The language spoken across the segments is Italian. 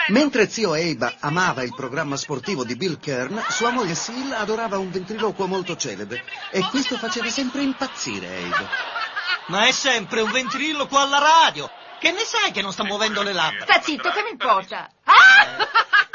Mentre zio Abe amava il programma sportivo di Bill Kern, sua moglie Sil adorava un ventriloquo molto celebre e questo faceva sempre impazzire Abe. Ma è sempre un ventriloquo alla radio! Che ne sai che non sta muovendo le labbra? Sta zitto, che mi importa? Ah!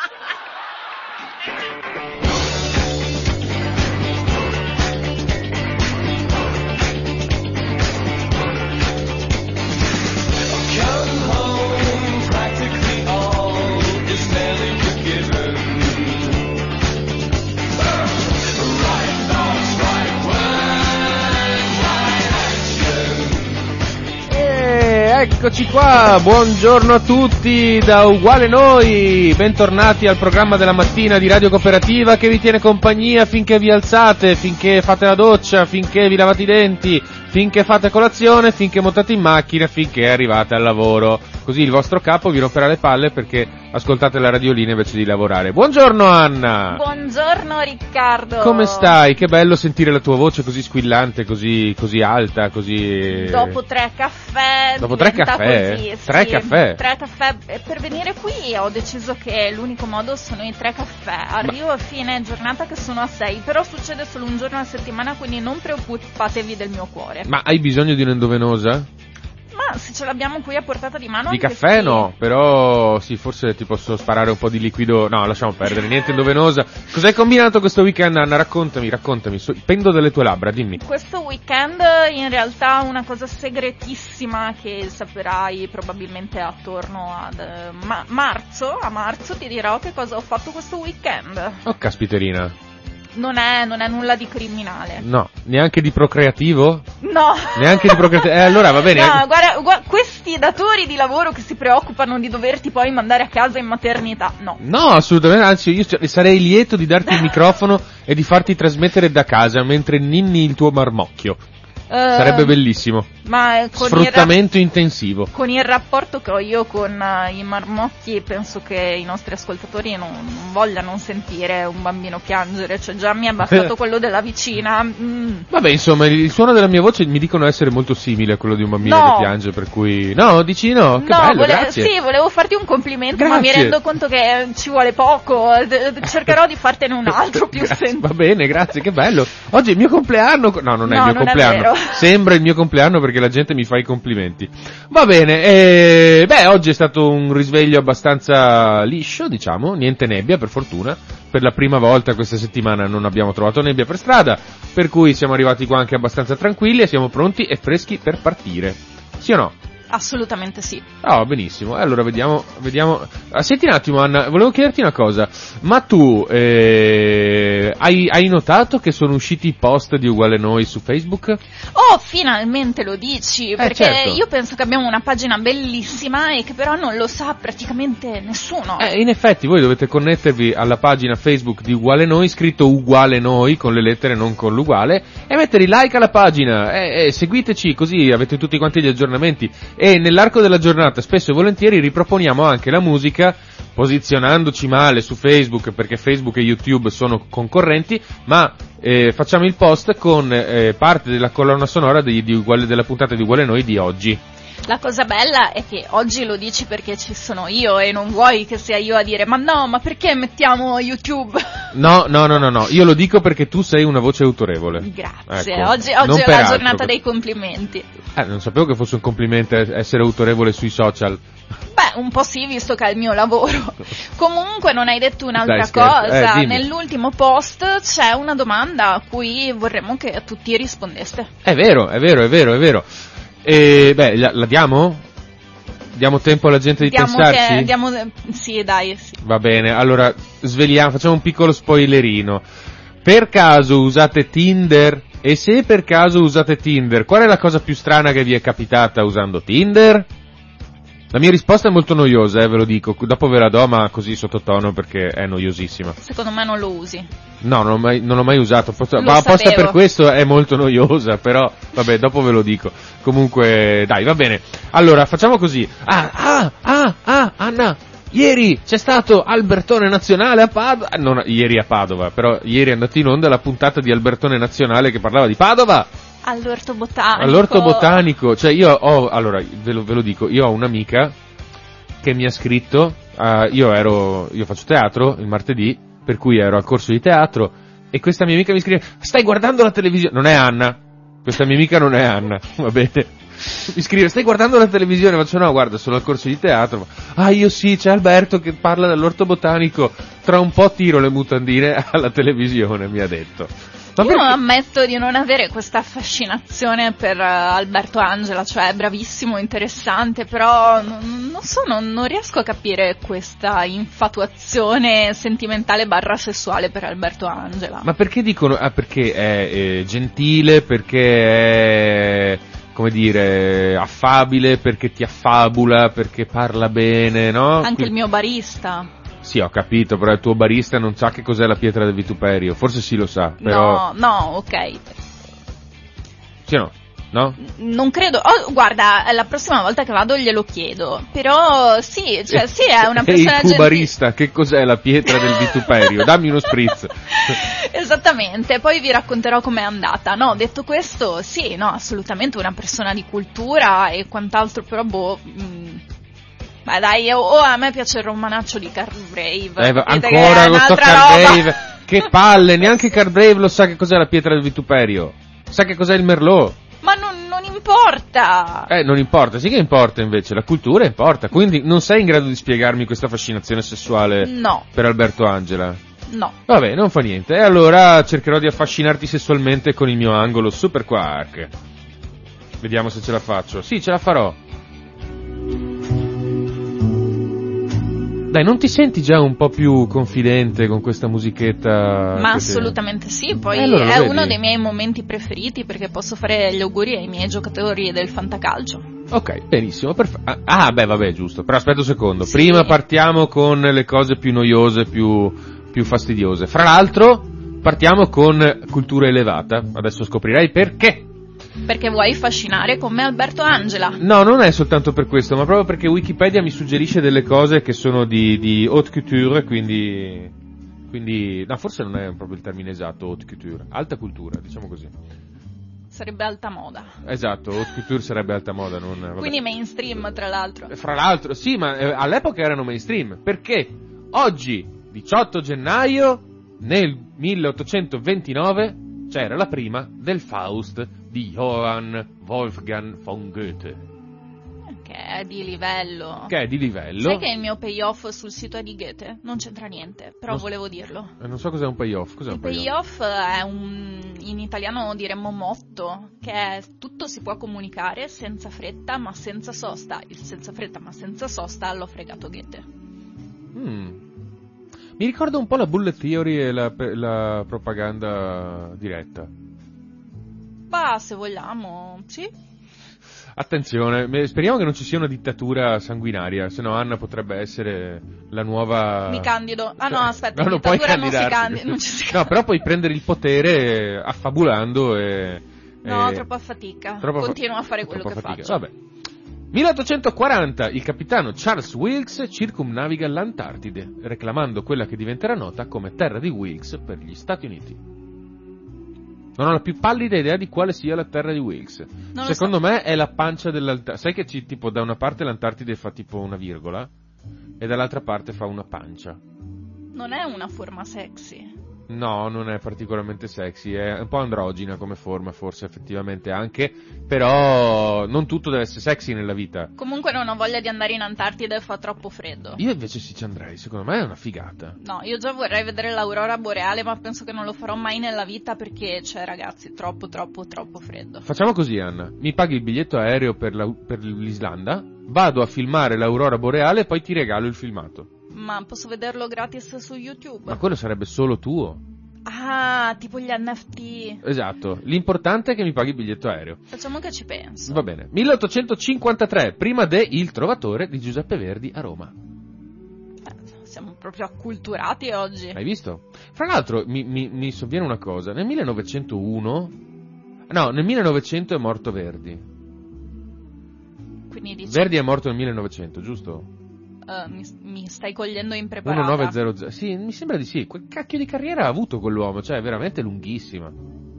Eccoci qua, buongiorno a tutti da Uguale Noi, bentornati al programma della mattina di Radio Cooperativa che vi tiene compagnia finché vi alzate, finché fate la doccia, finché vi lavate i denti, finché fate colazione, finché montate in macchina, finché arrivate al lavoro. Così il vostro capo vi romperà le palle perché ascoltate la radiolina invece di lavorare. Buongiorno Anna! Buongiorno Riccardo! Come stai? Che bello sentire la tua voce così squillante, così alta, così... Dopo 3 caffè... Dopo 3 caffè? Così, Tre sì, caffè? 3 caffè. Per venire qui ho deciso che l'unico modo sono i 3 caffè. Arrivo a fine giornata che sono a 6, però succede solo un giorno a settimana, quindi non preoccupatevi del mio cuore. Ma hai bisogno di un'endovenosa? Ma se ce l'abbiamo qui a portata di mano... Di anche caffè sì. No, però sì, forse ti posso sparare un po' di liquido. No, lasciamo perdere, niente endovenosa. Cos'hai combinato questo weekend, Anna? Raccontami, pendo delle tue labbra, dimmi. Questo weekend in realtà una cosa segretissima che saperai probabilmente attorno ad marzo. A marzo ti dirò che cosa ho fatto questo weekend. Oh, caspiterina. Non è nulla di criminale. No, neanche di procreativo? No. Neanche di procreativo? Allora va bene. No, guarda, questi datori di lavoro che si preoccupano di doverti poi mandare a casa in maternità, no. No, assolutamente, anzi io sarei lieto di darti il microfono e di farti trasmettere da casa mentre ninni il tuo marmocchio. Sarebbe bellissimo. Ma sfruttamento intensivo. Con il rapporto che ho io con i marmocchi penso che i nostri ascoltatori non vogliano sentire un bambino piangere, cioè già mi è bastato quello della vicina. Vabbè, insomma, il suono della mia voce mi dicono essere molto simile a quello di un bambino che piange, per cui... No, dici no? Che bello, grazie. Sì, volevo farti un complimento, grazie. Ma mi rendo conto che ci vuole poco, cercherò di fartene un altro più semplice. Va bene, grazie, che bello. Oggi è il mio compleanno. No, non è il mio compleanno. Sembra il mio compleanno perché la gente mi fa i complimenti. Va bene, oggi è stato un risveglio abbastanza liscio, diciamo, niente nebbia per fortuna. Per la prima volta questa settimana non abbiamo trovato nebbia per strada, per cui siamo arrivati qua anche abbastanza tranquilli e siamo pronti e freschi per partire. Sì o no? Assolutamente sì. Ah, benissimo. Allora vediamo. Senti un attimo, Anna, volevo chiederti una cosa. Ma tu hai notato che sono usciti i post di Uguale Noi su Facebook? Oh, finalmente lo dici, perché certo. Io penso che abbiamo una pagina bellissima e che però non lo sa praticamente nessuno. In effetti voi dovete connettervi alla pagina Facebook di Uguale Noi, scritto Uguale Noi con le lettere, non con l'uguale, e mettere like alla pagina e seguiteci, così avete tutti quanti gli aggiornamenti. E nell'arco della giornata spesso e volentieri riproponiamo anche la musica posizionandoci male su Facebook, perché Facebook e YouTube sono concorrenti, ma facciamo il post con parte della colonna sonora della puntata di Uguale Noi di oggi. La cosa bella è che oggi lo dici perché ci sono io e non vuoi che sia io a dire ma perché mettiamo YouTube? No, io lo dico perché tu sei una voce autorevole. Grazie, ecco, oggi è la giornata dei complimenti. Non sapevo che fosse un complimento essere autorevole sui social. Beh, un po' sì, visto che è il mio lavoro. Comunque non hai detto un'altra cosa. Nell'ultimo post c'è una domanda a cui vorremmo che tutti rispondeste. È vero. La diamo? Diamo tempo alla gente di pensarci? Sì, dai. Sì. Va bene, allora sveliamo, facciamo un piccolo spoilerino. Per caso usate Tinder? E se per caso usate Tinder, qual è la cosa più strana che vi è capitata usando Tinder? La mia risposta è molto noiosa, ve lo dico, dopo ve la do, ma così sottotono perché è noiosissima. Secondo me non lo usi. No, non l'ho mai usato, ma apposta per questo è molto noiosa, però vabbè, dopo ve lo dico. Comunque, dai, va bene. Allora, facciamo così. Anna, ieri c'è stato Albertone Nazionale a Padova, non ieri a Padova, però ieri è andata in onda la puntata di Albertone Nazionale che parlava di Padova. All'orto botanico. All'orto botanico, cioè ve lo dico, io ho un'amica che mi ha scritto, io faccio teatro il martedì, per cui ero al corso di teatro, e questa mia amica mi scrive: stai guardando la televisione? Non è Anna, questa mia amica non è Anna, va bene. Mi scrive: stai guardando la televisione? Faccio: no, guarda, sono al corso di teatro. Io sì, c'è Alberto che parla dell'orto botanico, tra un po' tiro le mutandine alla televisione, mi ha detto. Io ammetto di non avere questa fascinazione per Alberto Angela, cioè è bravissimo, interessante, però non riesco a capire questa infatuazione sentimentale / sessuale per Alberto Angela. Ma perché dicono? Perché è gentile, perché è, come dire, affabile, perché ti affabula, perché parla bene, no? Anche il mio barista. Sì, ho capito, però il tuo barista non sa che cos'è la pietra del vituperio. Forse sì lo sa, però... No, ok. Sì o no? No? Non credo. Guarda, la prossima volta che vado glielo chiedo. Però sì, cioè sì, è una persona il tuo barista, che cos'è la pietra del vituperio? Dammi uno spritz. Esattamente, poi vi racconterò com'è andata. No, detto questo, sì, no, assolutamente una persona di cultura e quant'altro, però ma dai, a me piace il romanaccio di Carbrave. Ancora questo Carbrave, che palle, neanche Carbrave lo sa che cos'è la pietra del vituperio, sa che cos'è il Merlot. Ma non importa. Non importa, sì che importa invece, la cultura importa, quindi non sei in grado di spiegarmi questa fascinazione sessuale per Alberto Angela? No. Vabbè, non fa niente, e allora cercherò di affascinarti sessualmente con il mio angolo Super Quark. Vediamo se ce la faccio. Sì, ce la farò. Dai, non ti senti già un po' più confidente con questa musichetta? Ma assolutamente sì, poi allora è uno dei miei momenti preferiti perché posso fare gli auguri ai miei giocatori del fantacalcio. Ok, benissimo, perfetto. Vabbè, giusto, però aspetta un secondo, sì. Prima partiamo con le cose più noiose, più fastidiose. Fra l'altro, partiamo con cultura elevata, adesso scoprirai perché. Perché vuoi fascinare come Alberto Angela? No, non è soltanto per questo, ma proprio perché Wikipedia mi suggerisce delle cose che sono di haute couture, quindi no, forse non è proprio il termine esatto, haute couture, alta cultura, diciamo così. Sarebbe alta moda. Esatto, haute couture sarebbe alta moda, non... Vabbè. Quindi mainstream, tra l'altro. Fra l'altro, sì, ma all'epoca erano mainstream, perché oggi, 18 gennaio, nel 1829, c'era la prima del Faust di Johann Wolfgang von Goethe. Che è di livello. Sai che il mio payoff sul sito è di Goethe? Non c'entra niente, però volevo dirlo. Non so cos'è un payoff. Cos'è il payoff è in italiano diremmo motto, che è tutto si può comunicare senza fretta ma senza sosta. Il senza fretta ma senza sosta l'ho fregato Goethe. Mi ricorda un po' la bullet theory e la propaganda diretta. Se vogliamo, sì. Attenzione, speriamo che non ci sia una dittatura sanguinaria, se no Anna potrebbe essere la nuova... Mi candido. No, aspetta, no, dittatura non si candida. No, però puoi prendere il potere affabulando e... No, troppa fatica. Continuo a fare quello che faccio. Vabbè. 1840, il capitano Charles Wilkes circumnaviga l'Antartide, reclamando quella che diventerà nota come terra di Wilkes per gli Stati Uniti. Non ho la più pallida idea di quale sia la terra di Wilkes. Secondo me è la pancia dell'Antartide. Sai che tipo da una parte l'Antartide fa tipo una virgola e dall'altra parte fa una pancia. Non è una forma sexy. No, non è particolarmente sexy, è un po' androgina come forma, forse effettivamente anche, però non tutto deve essere sexy nella vita. Comunque non ho voglia di andare in Antartide, fa troppo freddo. Io invece sì ci andrei, secondo me è una figata. No, io già vorrei vedere l'aurora boreale, ma penso che non lo farò mai nella vita perché, ragazzi, troppo freddo. Facciamo così, Anna, mi paghi il biglietto aereo per l'Islanda, vado a filmare l'aurora boreale e poi ti regalo il filmato. Ma posso vederlo gratis su YouTube? Ma quello sarebbe solo tuo. Tipo gli NFT. Esatto, l'importante è che mi paghi il biglietto aereo. Facciamo che ci penso. Va bene. 1853, prima de Il Trovatore di Giuseppe Verdi a Roma. Siamo proprio acculturati oggi. Hai visto? Fra l'altro mi sovviene una cosa, nel 1901... No, nel 1900 è morto Verdi. Quindi dici... Verdi è morto nel 1900, giusto? Mi stai cogliendo impreparata. 1900, sì, mi sembra di sì. Quel cacchio di carriera ha avuto quell'uomo, cioè è veramente lunghissima.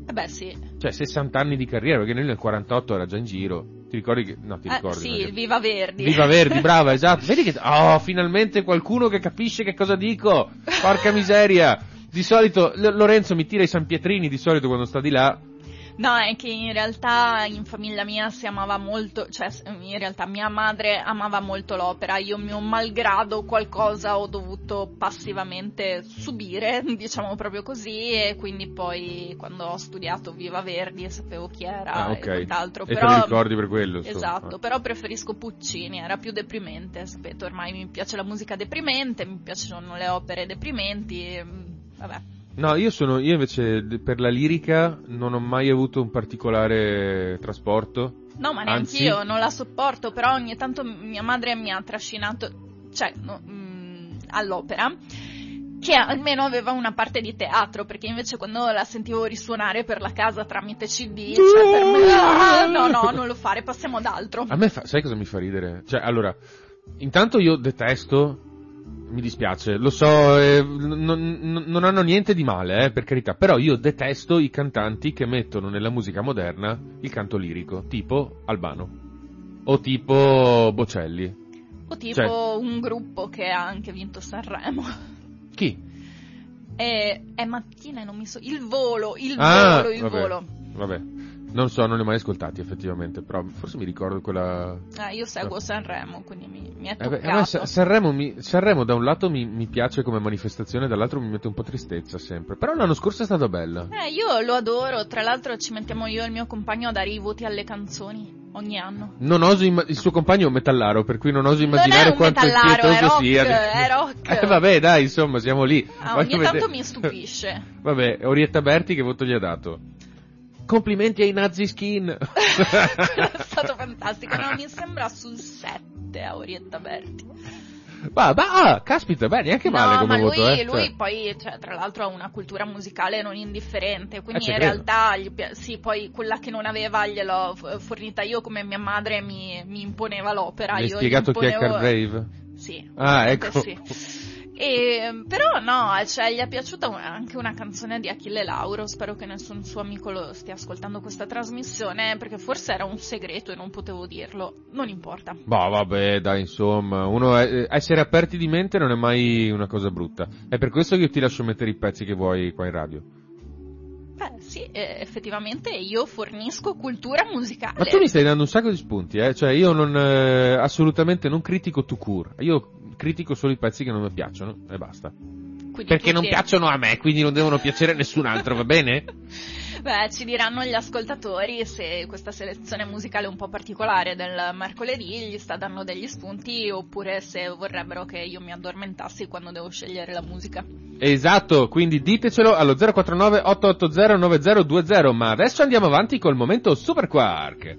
Beh, sì. Cioè, 60 anni di carriera, perché lui nel 48 era già in giro. Ti ricordi che... No, ti ricordi. Sì, il Viva Verdi. Viva Verdi, brava, esatto. Vedi che... Oh, finalmente qualcuno che capisce che cosa dico. Porca miseria. Di solito, Lorenzo mi tira i San Pietrini, di solito quando sta di là. No, è che in realtà in famiglia mia si amava molto, cioè in realtà mia madre amava molto l'opera, io mio malgrado qualcosa ho dovuto passivamente subire, diciamo proprio così, e quindi poi quando ho studiato Viva Verdi sapevo chi era ok. e quant'altro. E però, te lo ricordi per quello? Esatto, però preferisco Puccini, era più deprimente, sapete, ormai mi piace la musica deprimente, mi piacciono le opere deprimenti, vabbè. No, io invece per la lirica non ho mai avuto un particolare trasporto. No, ma neanche io non la sopporto, però ogni tanto mia madre mi ha trascinato, cioè, all'opera, che almeno aveva una parte di teatro, perché invece quando la sentivo risuonare per la casa tramite CD, cioè per me, no, non lo fare, passiamo ad altro. A me sai cosa mi fa ridere? Cioè, allora, intanto io detesto... Mi dispiace, lo so, non hanno niente di male, per carità, però io detesto i cantanti che mettono nella musica moderna il canto lirico, tipo Albano, o tipo Bocelli. O tipo un gruppo che ha anche vinto Sanremo. Chi? È Mattina e non mi so... Il volo. Vabbè. Non so, non li ho mai ascoltati effettivamente, però forse mi ricordo quella... Io seguo Sanremo, quindi mi è toccato. A me Sanremo da un lato mi piace come manifestazione, dall'altro mi mette un po' tristezza sempre, però l'anno scorso è stata bella. Io lo adoro, tra l'altro ci mettiamo io e il mio compagno a dare i voti alle canzoni ogni anno. Non oso il suo compagno è un metallaro, per cui non oso immaginare quanto impietoso sia. È rock. Vabbè, dai, insomma, siamo lì. Ogni tanto mi stupisce. Vabbè, Orietta Berti che voto gli ha dato? Complimenti ai Nazi Skin. È stato fantastico. No, mi sembra sul 7 a Orietta Berti. Caspita, beh, neanche male come voto. Lui poi, cioè, tra l'altro ha una cultura musicale non indifferente, quindi in credo. realtà sì, poi quella che non aveva gliel'ho fornita io, come mia madre mi imponeva l'opera. Mi hai spiegato chi è Carbrave? Sì. Ecco. Sì. Però no, cioè, gli è piaciuta anche una canzone di Achille Lauro, spero che nessun suo amico lo stia ascoltando questa trasmissione, perché forse era un segreto e non potevo dirlo, non importa. Vabbè, dai, insomma, essere aperti di mente non è mai una cosa brutta, è per questo che io ti lascio mettere i pezzi che vuoi qua in radio. Sì, effettivamente io fornisco cultura musicale. Ma tu mi stai dando un sacco di spunti, cioè io assolutamente non critico tout court, io critico solo i pezzi che non mi piacciono e basta. Quindi perché non piacciono a me, quindi non devono piacere a nessun altro, va bene? Beh, ci diranno gli ascoltatori se questa selezione musicale un po' particolare del mercoledì gli sta dando degli spunti, oppure se vorrebbero che io mi addormentassi quando devo scegliere la musica. Esatto, quindi ditecelo allo 049 880 9020, ma adesso andiamo avanti col momento Super Quark.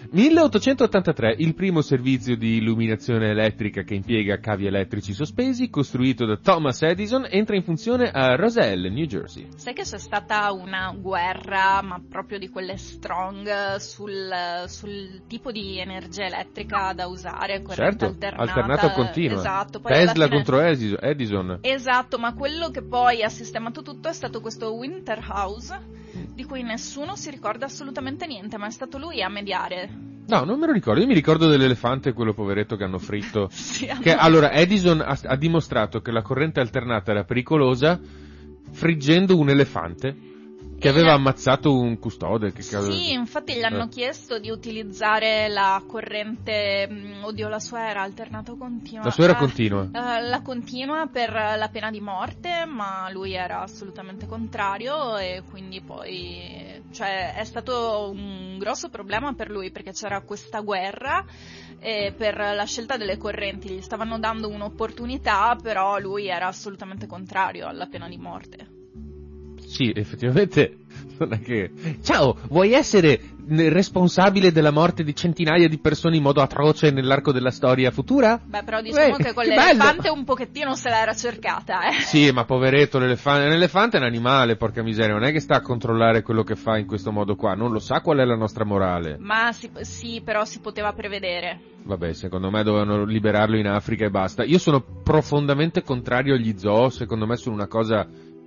1883, il primo servizio di illuminazione elettrica che impiega cavi elettrici sospesi, costruito da Thomas Edison, entra in funzione a Roselle, New Jersey. Sai che c'è stata una guerra, ma proprio di quelle strong, sul tipo di energia elettrica da usare, corrente alternata o continua. Esatto, poi Tesla contro Edison. Esatto, ma quello che poi ha sistemato tutto è stato questo Winterhouse, di cui nessuno si ricorda assolutamente niente, ma è stato lui a mediare. No, non me lo ricordo, io mi ricordo dell'elefante, quello poveretto che hanno fritto. Sì, Allora, Edison ha dimostrato che la corrente alternata era pericolosa friggendo un elefante che aveva ammazzato un custode. Sì, infatti gli hanno chiesto di utilizzare la corrente, la sua era alternata o continua? La sua era continua. La continua per la pena di morte, ma lui era assolutamente contrario e quindi poi, cioè, è stato un grosso problema per lui perché c'era questa guerra e per la scelta delle correnti gli stavano dando un'opportunità, però lui era assolutamente contrario alla pena di morte. Sì, effettivamente non è che... Ciao, vuoi essere responsabile della morte di centinaia di persone in modo atroce nell'arco della storia futura? Beh, però diciamo che con l'elefante un pochettino se l'era cercata, Sì, ma poveretto l'elefante è un animale, porca miseria, non è che sta a controllare quello che fa in questo modo qua, non lo sa qual è la nostra morale. Ma sì, però si poteva prevedere. Vabbè, secondo me dovevano liberarlo in Africa e basta. Io sono profondamente contrario agli zoo, secondo me sono una cosa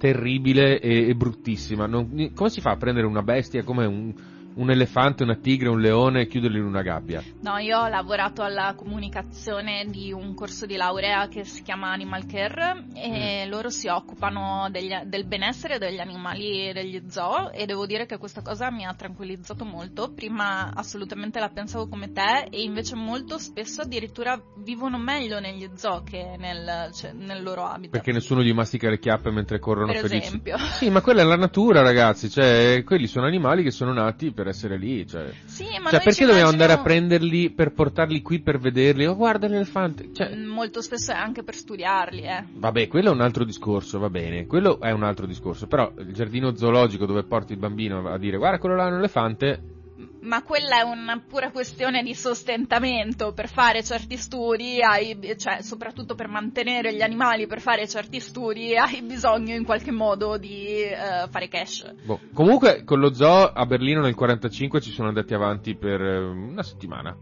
terribile e bruttissima. Come si fa a prendere una bestia come un elefante, una tigre, un leone e chiuderli in una gabbia? No, io ho lavorato alla comunicazione di un corso di laurea che si chiama Animal Care e loro si occupano del benessere degli animali degli zoo, e devo dire che questa cosa mi ha tranquillizzato molto. Prima assolutamente la pensavo come te, e invece molto spesso addirittura vivono meglio negli zoo che nel loro habitat. Perché nessuno gli mastica le chiappe mentre corrono per felici. esempio. Sì, ma quella è la natura, ragazzi, cioè quelli sono animali che sono nati per essere lì, cioè. Sì, ma cioè perché dobbiamo andare a prenderli per portarli qui per vederli? Oh, guarda l'elefante, cioè. Molto spesso è anche per studiarli, Vabbè, quello è un altro discorso, va bene, quello è un altro discorso, però il giardino zoologico dove porti il bambino a dire guarda quello là è un elefante. Ma quella è una pura questione di sostentamento. Per fare certi studi cioè soprattutto per mantenere gli animali, per fare certi studi hai bisogno in qualche modo di fare cash. Comunque con lo zoo a Berlino nel 45 ci sono andati avanti per una settimana.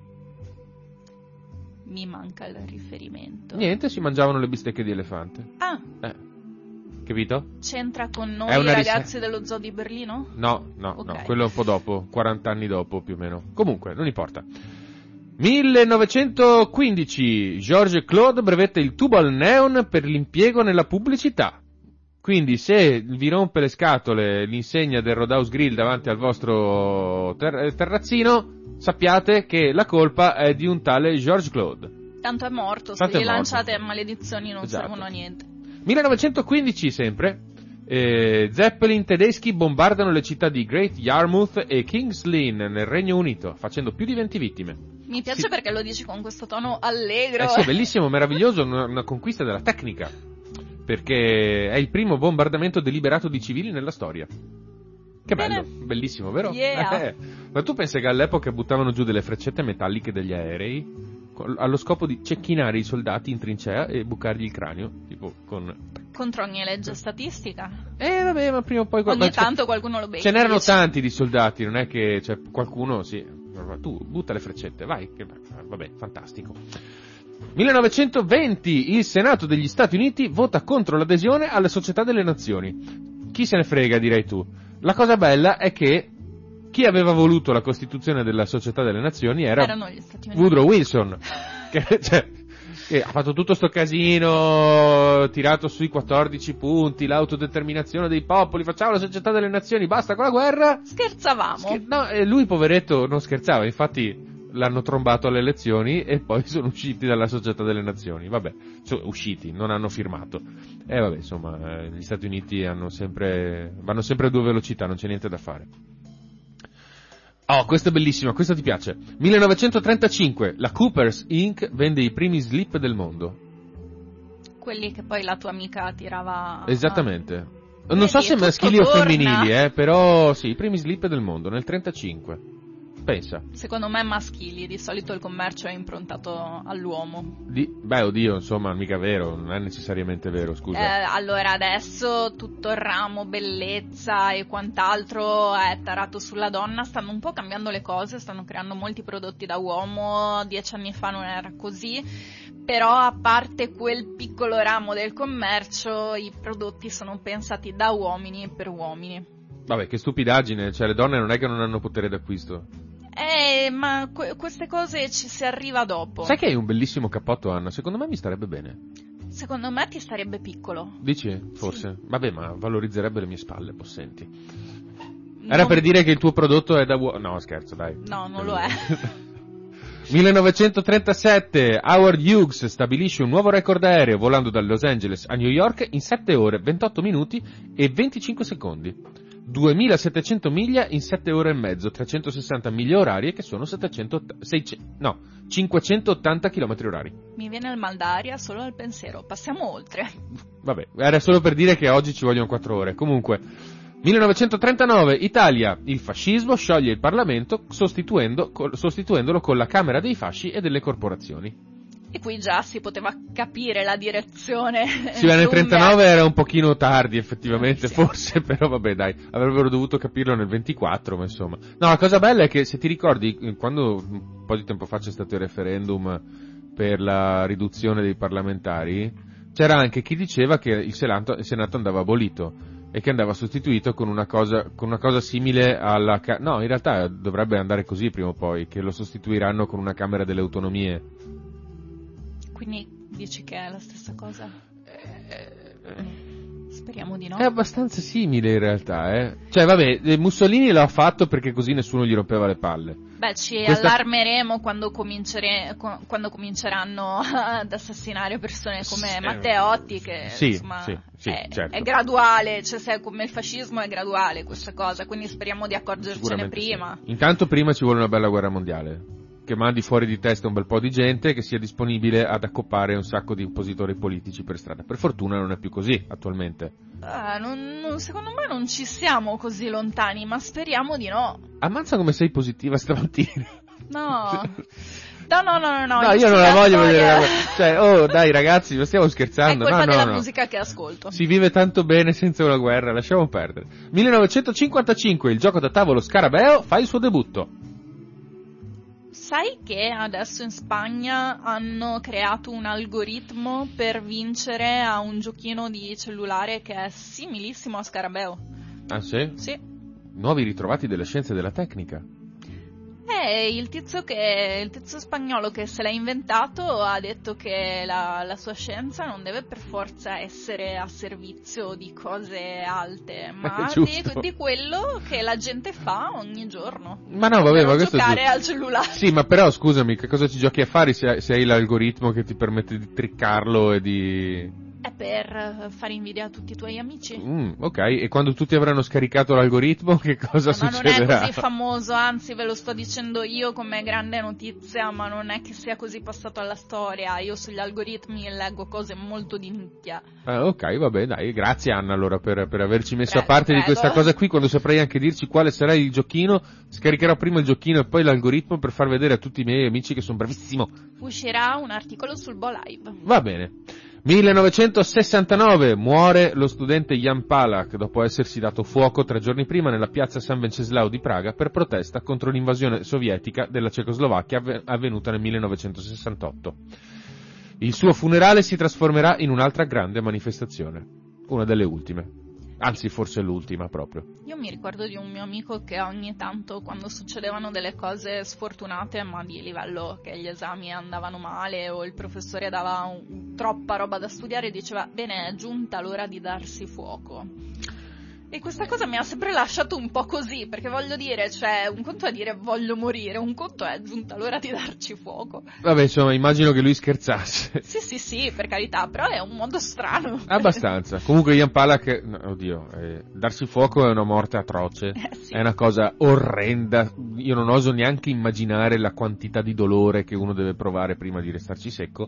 Mi manca il riferimento. Niente, si mangiavano le bistecche di elefante. Capito? C'entra con noi i ragazzi dello zoo di Berlino? No, Okay. no, quello è un po' dopo, 40 anni dopo più o meno. Comunque, non importa. 1915, Georges Claude brevetta il tubo al neon per l'impiego nella pubblicità. Quindi se vi rompe le scatole l'insegna del Roadhouse Grill davanti al vostro terrazzino, sappiate che la colpa è di un tale Georges Claude. Tanto è morto, se gli lanciate maledizioni non servono a niente. 1915 sempre, Zeppelin tedeschi bombardano le città di Great Yarmouth e King's Lynn nel Regno Unito, facendo più di 20 vittime. Mi piace perché lo dici con questo tono allegro. Sì, bellissimo, meraviglioso, una conquista della tecnica, perché è il primo bombardamento deliberato di civili nella storia. Che bello, bellissimo, vero? Yeah. Ma tu pensi che all'epoca buttavano giù delle freccette metalliche degli aerei allo scopo di cecchinare i soldati in trincea e bucargli il cranio, tipo contro ogni legge statistica. Vabbè, ma prima o poi ogni tanto qualcuno lo becca. Ce n'erano tanti di soldati, non è che qualcuno sì, tu butta le freccette, vai, vabbè, fantastico. 1920 il Senato degli Stati Uniti vota contro l'adesione alla Società delle Nazioni. Chi se ne frega, direi tu. La cosa bella è che chi aveva voluto la costituzione della Società delle Nazioni erano gli Stati Uniti. Woodrow Wilson, che ha fatto tutto sto casino, tirato sui 14 punti, l'autodeterminazione dei popoli, facciamo la Società delle Nazioni, basta con la guerra. Scherzavamo. Lui poveretto non scherzava, infatti l'hanno trombato alle elezioni e poi sono usciti dalla Società delle Nazioni. Vabbè, usciti, non hanno firmato. Vabbè, insomma, gli Stati Uniti vanno sempre a due velocità, non c'è niente da fare. Oh, questa è bellissima, questa ti piace. 1935, la Coopers Inc. vende i primi slip del mondo. Quelli che poi la tua amica tirava. Esattamente. Non so se maschili o femminili, però sì, i primi slip del mondo, nel 35. Pensa. Secondo me maschili, di solito il commercio è improntato all'uomo. Oddio, insomma, mica vero, non è necessariamente vero, scusa. Allora adesso tutto il ramo bellezza e quant'altro è tarato sulla donna, stanno un po' cambiando le cose, stanno creando molti prodotti da uomo, 10 anni fa non era così, però a parte quel piccolo ramo del commercio i prodotti sono pensati da uomini e per uomini. Vabbè, che stupidaggine, cioè le donne non è che non hanno potere d'acquisto. Ma queste cose ci si arriva dopo. Sai che hai un bellissimo cappotto, Anna? Secondo me mi starebbe bene. Secondo me ti starebbe piccolo. Dici? Forse. Sì. Vabbè, ma valorizzerebbe le mie spalle, possenti. Era per dire che il tuo prodotto è da uomo. No, scherzo, dai. No, non lo è. 1937, Howard Hughes stabilisce un nuovo record aereo volando da Los Angeles a New York in 7 ore, 28 minuti e 25 secondi. 2700 miglia in 7 ore e mezzo, 360 miglia orarie che sono 580 km orari. Mi viene il mal d'aria solo al pensiero, passiamo oltre. Vabbè, era solo per dire che oggi ci vogliono 4 ore. Comunque, 1939, Italia, il fascismo scioglie il Parlamento sostituendolo con la Camera dei Fasci e delle corporazioni. E qui già si poteva capire la direzione. Sì, nel 39 era un pochino tardi effettivamente, sì. Forse, però vabbè dai, avrebbero dovuto capirlo nel 24, ma insomma. No, la cosa bella è che se ti ricordi, quando un po' di tempo fa c'è stato il referendum per la riduzione dei parlamentari, c'era anche chi diceva che il Senato andava abolito e che andava sostituito con una cosa simile alla... No, in realtà dovrebbe andare così prima o poi, che lo sostituiranno con una Camera delle Autonomie. Quindi dici che è la stessa cosa? Speriamo di no. È abbastanza simile in realtà, Cioè, vabbè, Mussolini l'ha fatto perché così nessuno gli rompeva le palle. Beh, allarmeremo quando cominceranno ad assassinare persone come Matteotti, che insomma certo. È graduale, cioè se come il fascismo è graduale questa cosa, quindi speriamo di accorgercene prima. Sì. Intanto prima ci vuole una bella guerra mondiale, che mandi fuori di testa un bel po' di gente, che sia disponibile ad accoppare un sacco di oppositori politici per strada. Per fortuna non è più così attualmente. Secondo me non ci siamo così lontani, ma speriamo di no. Ammazza come sei positiva stamattina. No, io non la voglio vedere. Cioè, dai ragazzi, non stiamo scherzando. È colpa della musica che ascolto. Si vive tanto bene senza una guerra, lasciamo perdere. 1955, il gioco da tavolo Scarabeo fa il suo debutto. Sai che adesso in Spagna hanno creato un algoritmo per vincere a un giochino di cellulare che è similissimo a Scarabeo? Ah sì? Sì. Nuovi ritrovati delle scienze della tecnica. Il tizio spagnolo che se l'ha inventato ha detto che la sua scienza non deve per forza essere a servizio di cose alte, ma di quello che la gente fa ogni giorno. Ma no, vabbè, ma questo giocare al cellulare. Sì, ma però scusami, che cosa ci giochi a fare se hai l'algoritmo che ti permette di triccarlo e di... È per fare invidia a tutti i tuoi amici. Ok, e quando tutti avranno scaricato l'algoritmo che cosa succederà? Ma non è così famoso, anzi ve lo sto dicendo io come grande notizia, ma non è che sia così passato alla storia. Io sugli algoritmi leggo cose molto di nicchia. Ok, vabbè, dai, grazie Anna allora per averci messo a parte di questa cosa qui. Quando saprai anche dirci quale sarà il giochino, scaricherò prima il giochino e poi l'algoritmo per far vedere a tutti i miei amici che sono bravissimo. Uscirà un articolo sul Bo Live. Va bene. 1969 muore lo studente Jan Palach dopo essersi dato fuoco 3 giorni prima nella piazza San Venceslao di Praga per protesta contro l'invasione sovietica della Cecoslovacchia avvenuta nel 1968. Il suo funerale si trasformerà in un'altra grande manifestazione, una delle ultime. Anzi, forse l'ultima proprio. Io mi ricordo di un mio amico che ogni tanto, quando succedevano delle cose sfortunate, ma di livello che gli esami andavano male o il professore dava troppa roba da studiare, diceva: bene, è giunta l'ora di darsi fuoco. E questa cosa mi ha sempre lasciato un po' così, perché voglio dire, cioè, un conto è dire voglio morire, un conto è giunta l'ora di darci fuoco. Vabbè, insomma, immagino che lui scherzasse. Sì, per carità, però è un modo strano. Abbastanza. Comunque Jan Palach, darsi fuoco è una morte atroce, sì. È una cosa orrenda, io non oso neanche immaginare la quantità di dolore che uno deve provare prima di restarci secco,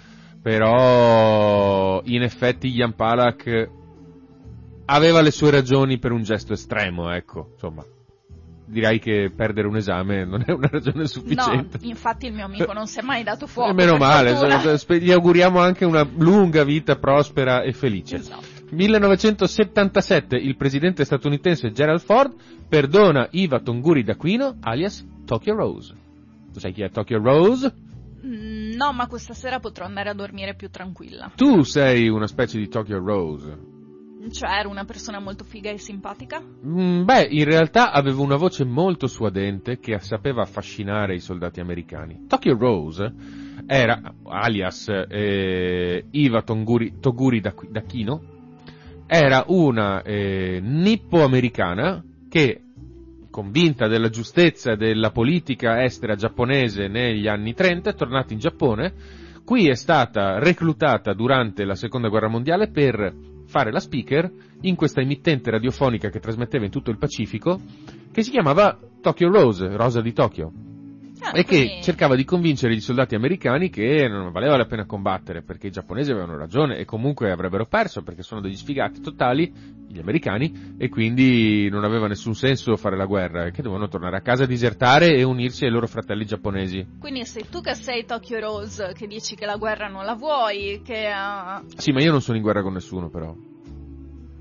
però in effetti Jan Palach aveva le sue ragioni per un gesto estremo, ecco, insomma. Direi che perdere un esame non è una ragione sufficiente. No, infatti il mio amico non si è mai dato fuoco. Meno male, gli auguriamo anche una lunga vita prospera e felice. Esatto. 1977 il presidente statunitense Gerald Ford perdona Iva Tonguri d'Aquino, alias Tokyo Rose. Tu sai chi è Tokyo Rose? No, ma questa sera potrò andare a dormire più tranquilla. Tu sei una specie di Tokyo Rose. Cioè, ero una persona molto figa e simpatica? Beh, in realtà avevo una voce molto suadente che sapeva affascinare i soldati americani. Tokyo Rose era, alias Iva Toguri d'Aquino, era una nippo-americana che, convinta della giustezza della politica estera giapponese negli anni 30, è tornata in Giappone. Qui è stata reclutata durante la Seconda Guerra Mondiale per fare la speaker in questa emittente radiofonica che trasmetteva in tutto il Pacifico, che si chiamava Tokyo Rose, Rosa di Tokyo, e che cercava di convincere i soldati americani che non valeva la pena combattere, perché i giapponesi avevano ragione e comunque avrebbero perso, perché sono degli sfigati totali, gli americani, e quindi non aveva nessun senso fare la guerra, e che dovevano tornare a casa, disertare e unirsi ai loro fratelli giapponesi. Quindi sei tu che sei Tokyo Rose, che dici che la guerra non la vuoi, che... Sì, ma io non sono in guerra con nessuno, però.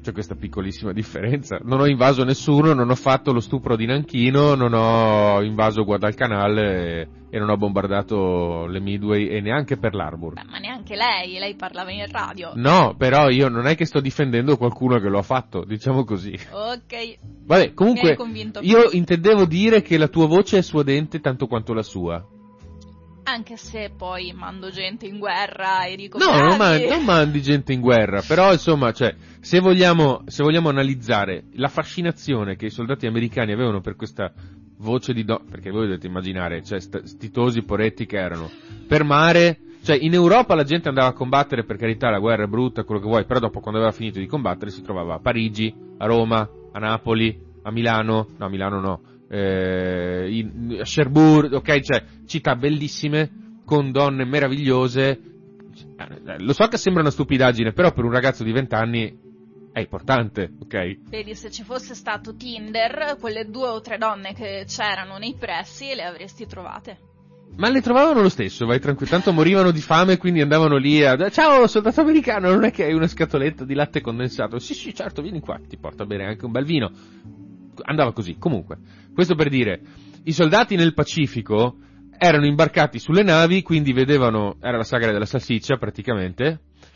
C'è questa piccolissima differenza. Non ho invaso nessuno, non ho fatto lo stupro di Nanchino, non ho invaso Guadalcanal e non ho bombardato le Midway e neanche Pearl Harbor. Beh, ma neanche lei parlava in radio. No, però io non è che sto difendendo qualcuno che lo ha fatto, diciamo così. Ok. Vabbè, comunque, Mi hai convinto. io intendevo dire che la tua voce è suadente tanto quanto la sua. Anche se poi mando gente in guerra e dico... No, non mandi gente in guerra, però insomma, cioè, se vogliamo analizzare la fascinazione che i soldati americani avevano per questa voce di donna, perché voi dovete immaginare, cioè, stitosi poretti che erano, per mare, cioè, in Europa la gente andava a combattere, per carità, la guerra è brutta, quello che vuoi, però dopo, quando aveva finito di combattere, si trovava a Parigi, a Roma, a Napoli, a Milano no, a Cherbourg, ok, cioè città bellissime con donne meravigliose. Lo so che sembra una stupidaggine, però per un ragazzo di 20 anni è importante, ok? Vedi, se ci fosse stato Tinder, quelle 2 o 3 donne che c'erano nei pressi le avresti trovate. Ma le trovavano lo stesso, vai tranquillo, tanto morivano di fame, quindi andavano lì ciao soldato americano, non è che hai una scatoletta di latte condensato? Sì, certo, vieni qua, ti porta a bere anche un bel vino. Andava così. Comunque, questo per dire, i soldati nel Pacifico erano imbarcati sulle navi, quindi vedevano, era la sagra della salsiccia praticamente,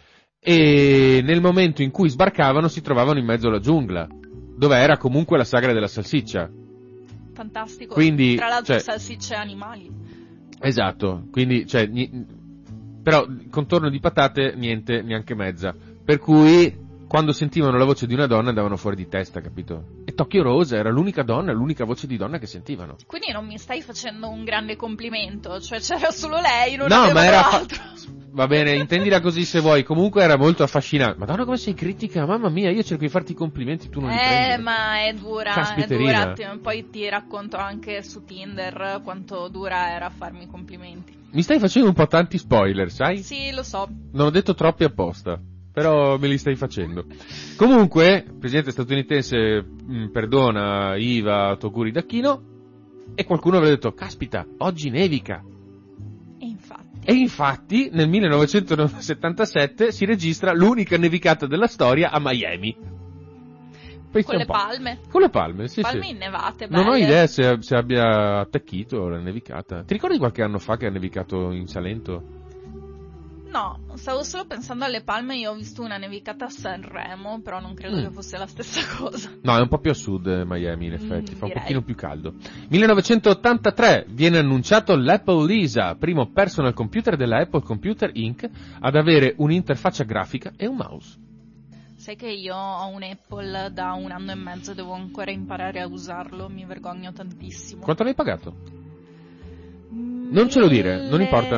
e nel momento in cui sbarcavano si trovavano in mezzo alla giungla, dove era comunque la sagra della salsiccia. Fantastico. Quindi, tra l'altro, cioè, salsicce e animali. Esatto, quindi, cioè, però contorno di patate niente, neanche mezza, per cui quando sentivano la voce di una donna andavano fuori di testa, capito? E Tokyo Rose era l'unica voce di donna che sentivano. Quindi non mi stai facendo un grande complimento, cioè c'era solo lei, non no, aveva ma era altro. Va bene, intendila così se vuoi, comunque era molto affascinante. Madonna, come sei critica, mamma mia, io cerco di farti i complimenti, tu non li prendi. Ma è dura, Caspiterina. è dura. Poi ti racconto anche su Tinder quanto dura era farmi i complimenti. Mi stai facendo un po' tanti spoiler, sai? Sì, lo so. Non ho detto troppi apposta, però me li stai facendo. Comunque, il presidente statunitense perdona Iva Toguri D'Acchino e qualcuno aveva detto, caspita, oggi nevica. E infatti nel 1977 si registra l'unica nevicata della storia a Miami. Con le palme. Con le palme, sì. Palme sì. innevate, belle. Non ho idea se abbia attecchito la nevicata. Ti ricordi qualche anno fa che ha nevicato in Salento? No, stavo solo pensando alle palme, io ho visto una nevicata a Sanremo, però non credo che fosse la stessa cosa. No, è un po' più a sud Miami in effetti, fa direi. un pochino più caldo. 1983 viene annunciato l'Apple Lisa, primo personal computer della Apple Computer Inc. ad avere un'interfaccia grafica e un mouse. Sai che io ho un Apple da 1 anno e mezzo, devo ancora imparare a usarlo, mi vergogno tantissimo. Quanto l'hai pagato? Non ce lo dire, non importa.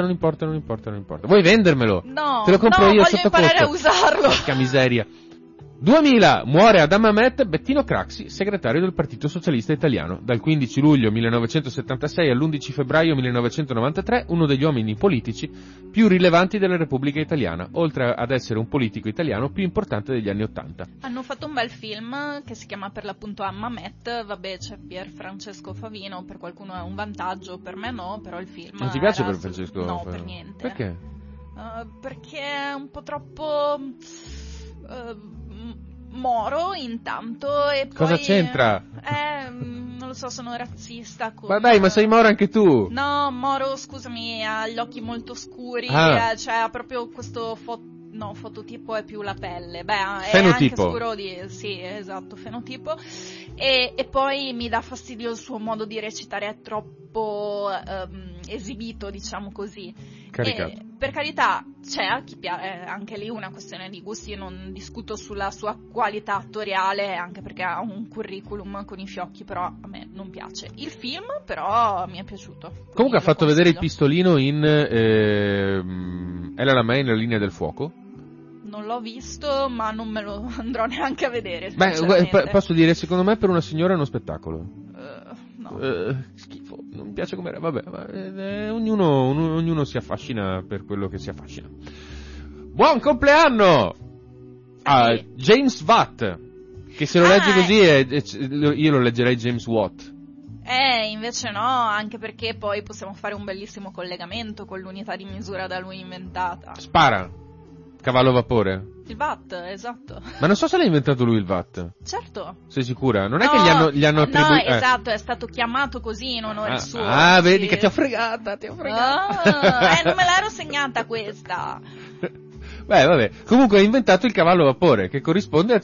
Vuoi vendermelo? No, te lo compro io voglio sotto imparare costo. a usarlo. Porca miseria. 2000, muore ad Hammamet Bettino Craxi, segretario del Partito Socialista Italiano. Dal 15 luglio 1976 all'11 febbraio 1993, uno degli uomini politici più rilevanti della Repubblica Italiana, oltre ad essere un politico italiano più importante degli anni '80. Hanno fatto un bel film che si chiama per l'appunto Hammamet, vabbè c'è Pier Francesco Favino, per qualcuno è un vantaggio, per me no, però il film Non ti piace era per Francesco No, Favino? per niente. Perché? Perché è un po' troppo... Moro intanto e poi... Cosa c'entra? Non lo so, sono razzista con... Ma dai, ma sei moro anche tu! No, Moro, scusami, ha gli occhi molto scuri, cioè ha proprio questo fototipo è più la pelle. Beh, è fenotipo. anche scuro sì, esatto, fenotipo. E poi mi dà fastidio il suo modo di recitare, è troppo esibito, diciamo così. Caricato. Per carità, c'è a chi piace, anche lì una questione di gusti, io non discuto sulla sua qualità attoriale, anche perché ha un curriculum con i fiocchi, però a me non piace. Il film però mi è piaciuto. Comunque ha fatto vedere il pistolino in Ella la May nella linea del fuoco. Non l'ho visto, ma non me lo andrò neanche a vedere. Beh, posso dire, secondo me per una signora è uno spettacolo. No. Schifo, non mi piace com'era, vabbè, ognuno si affascina per quello che si affascina. Buon compleanno a James Watt, che se lo legge così io lo leggerei James Watt. Invece no, anche perché poi possiamo fare un bellissimo collegamento con l'unità di misura da lui inventata. Spara. Cavallo a vapore? Il VAT, esatto. Ma non so se l'ha inventato lui il VAT. Certo. Sei sicura? Non è che gli hanno attribuito... No, esatto, è stato chiamato così in onore suo. Ah, sì. vedi che ti ho fregata. Non me l'ero segnata questa. Beh, vabbè. Comunque ha inventato il cavallo a vapore, che corrisponde a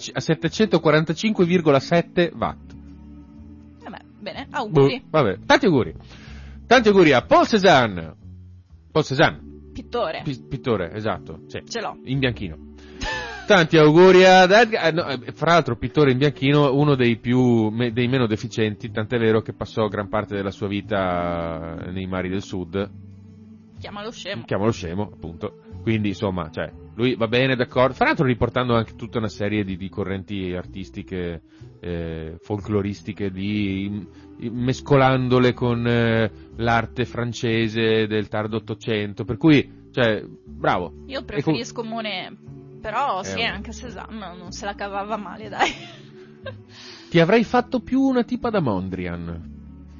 745,7 watt. Vabbè, bene, auguri. Vabbè, tanti auguri. Tanti auguri a Paul Cézanne. Paul Cézanne. Pittore. Pittore, esatto. Sì. Ce l'ho. In bianchino. Tanti auguri ad Edgar. Fra l'altro, pittore in bianchino, uno dei dei meno deficienti, tant'è vero che passò gran parte della sua vita nei mari del sud. Chiamalo scemo, appunto. Quindi, insomma, cioè, lui va bene, d'accordo. Fra l'altro riportando anche tutta una serie di correnti artistiche, folcloristiche, mescolandole con l'arte francese del tardo Ottocento. Per cui, cioè, bravo. Io preferisco Monet, però sì, anche Cézanne non se la cavava male, dai. Ti avrei fatto più una tipa da Mondrian.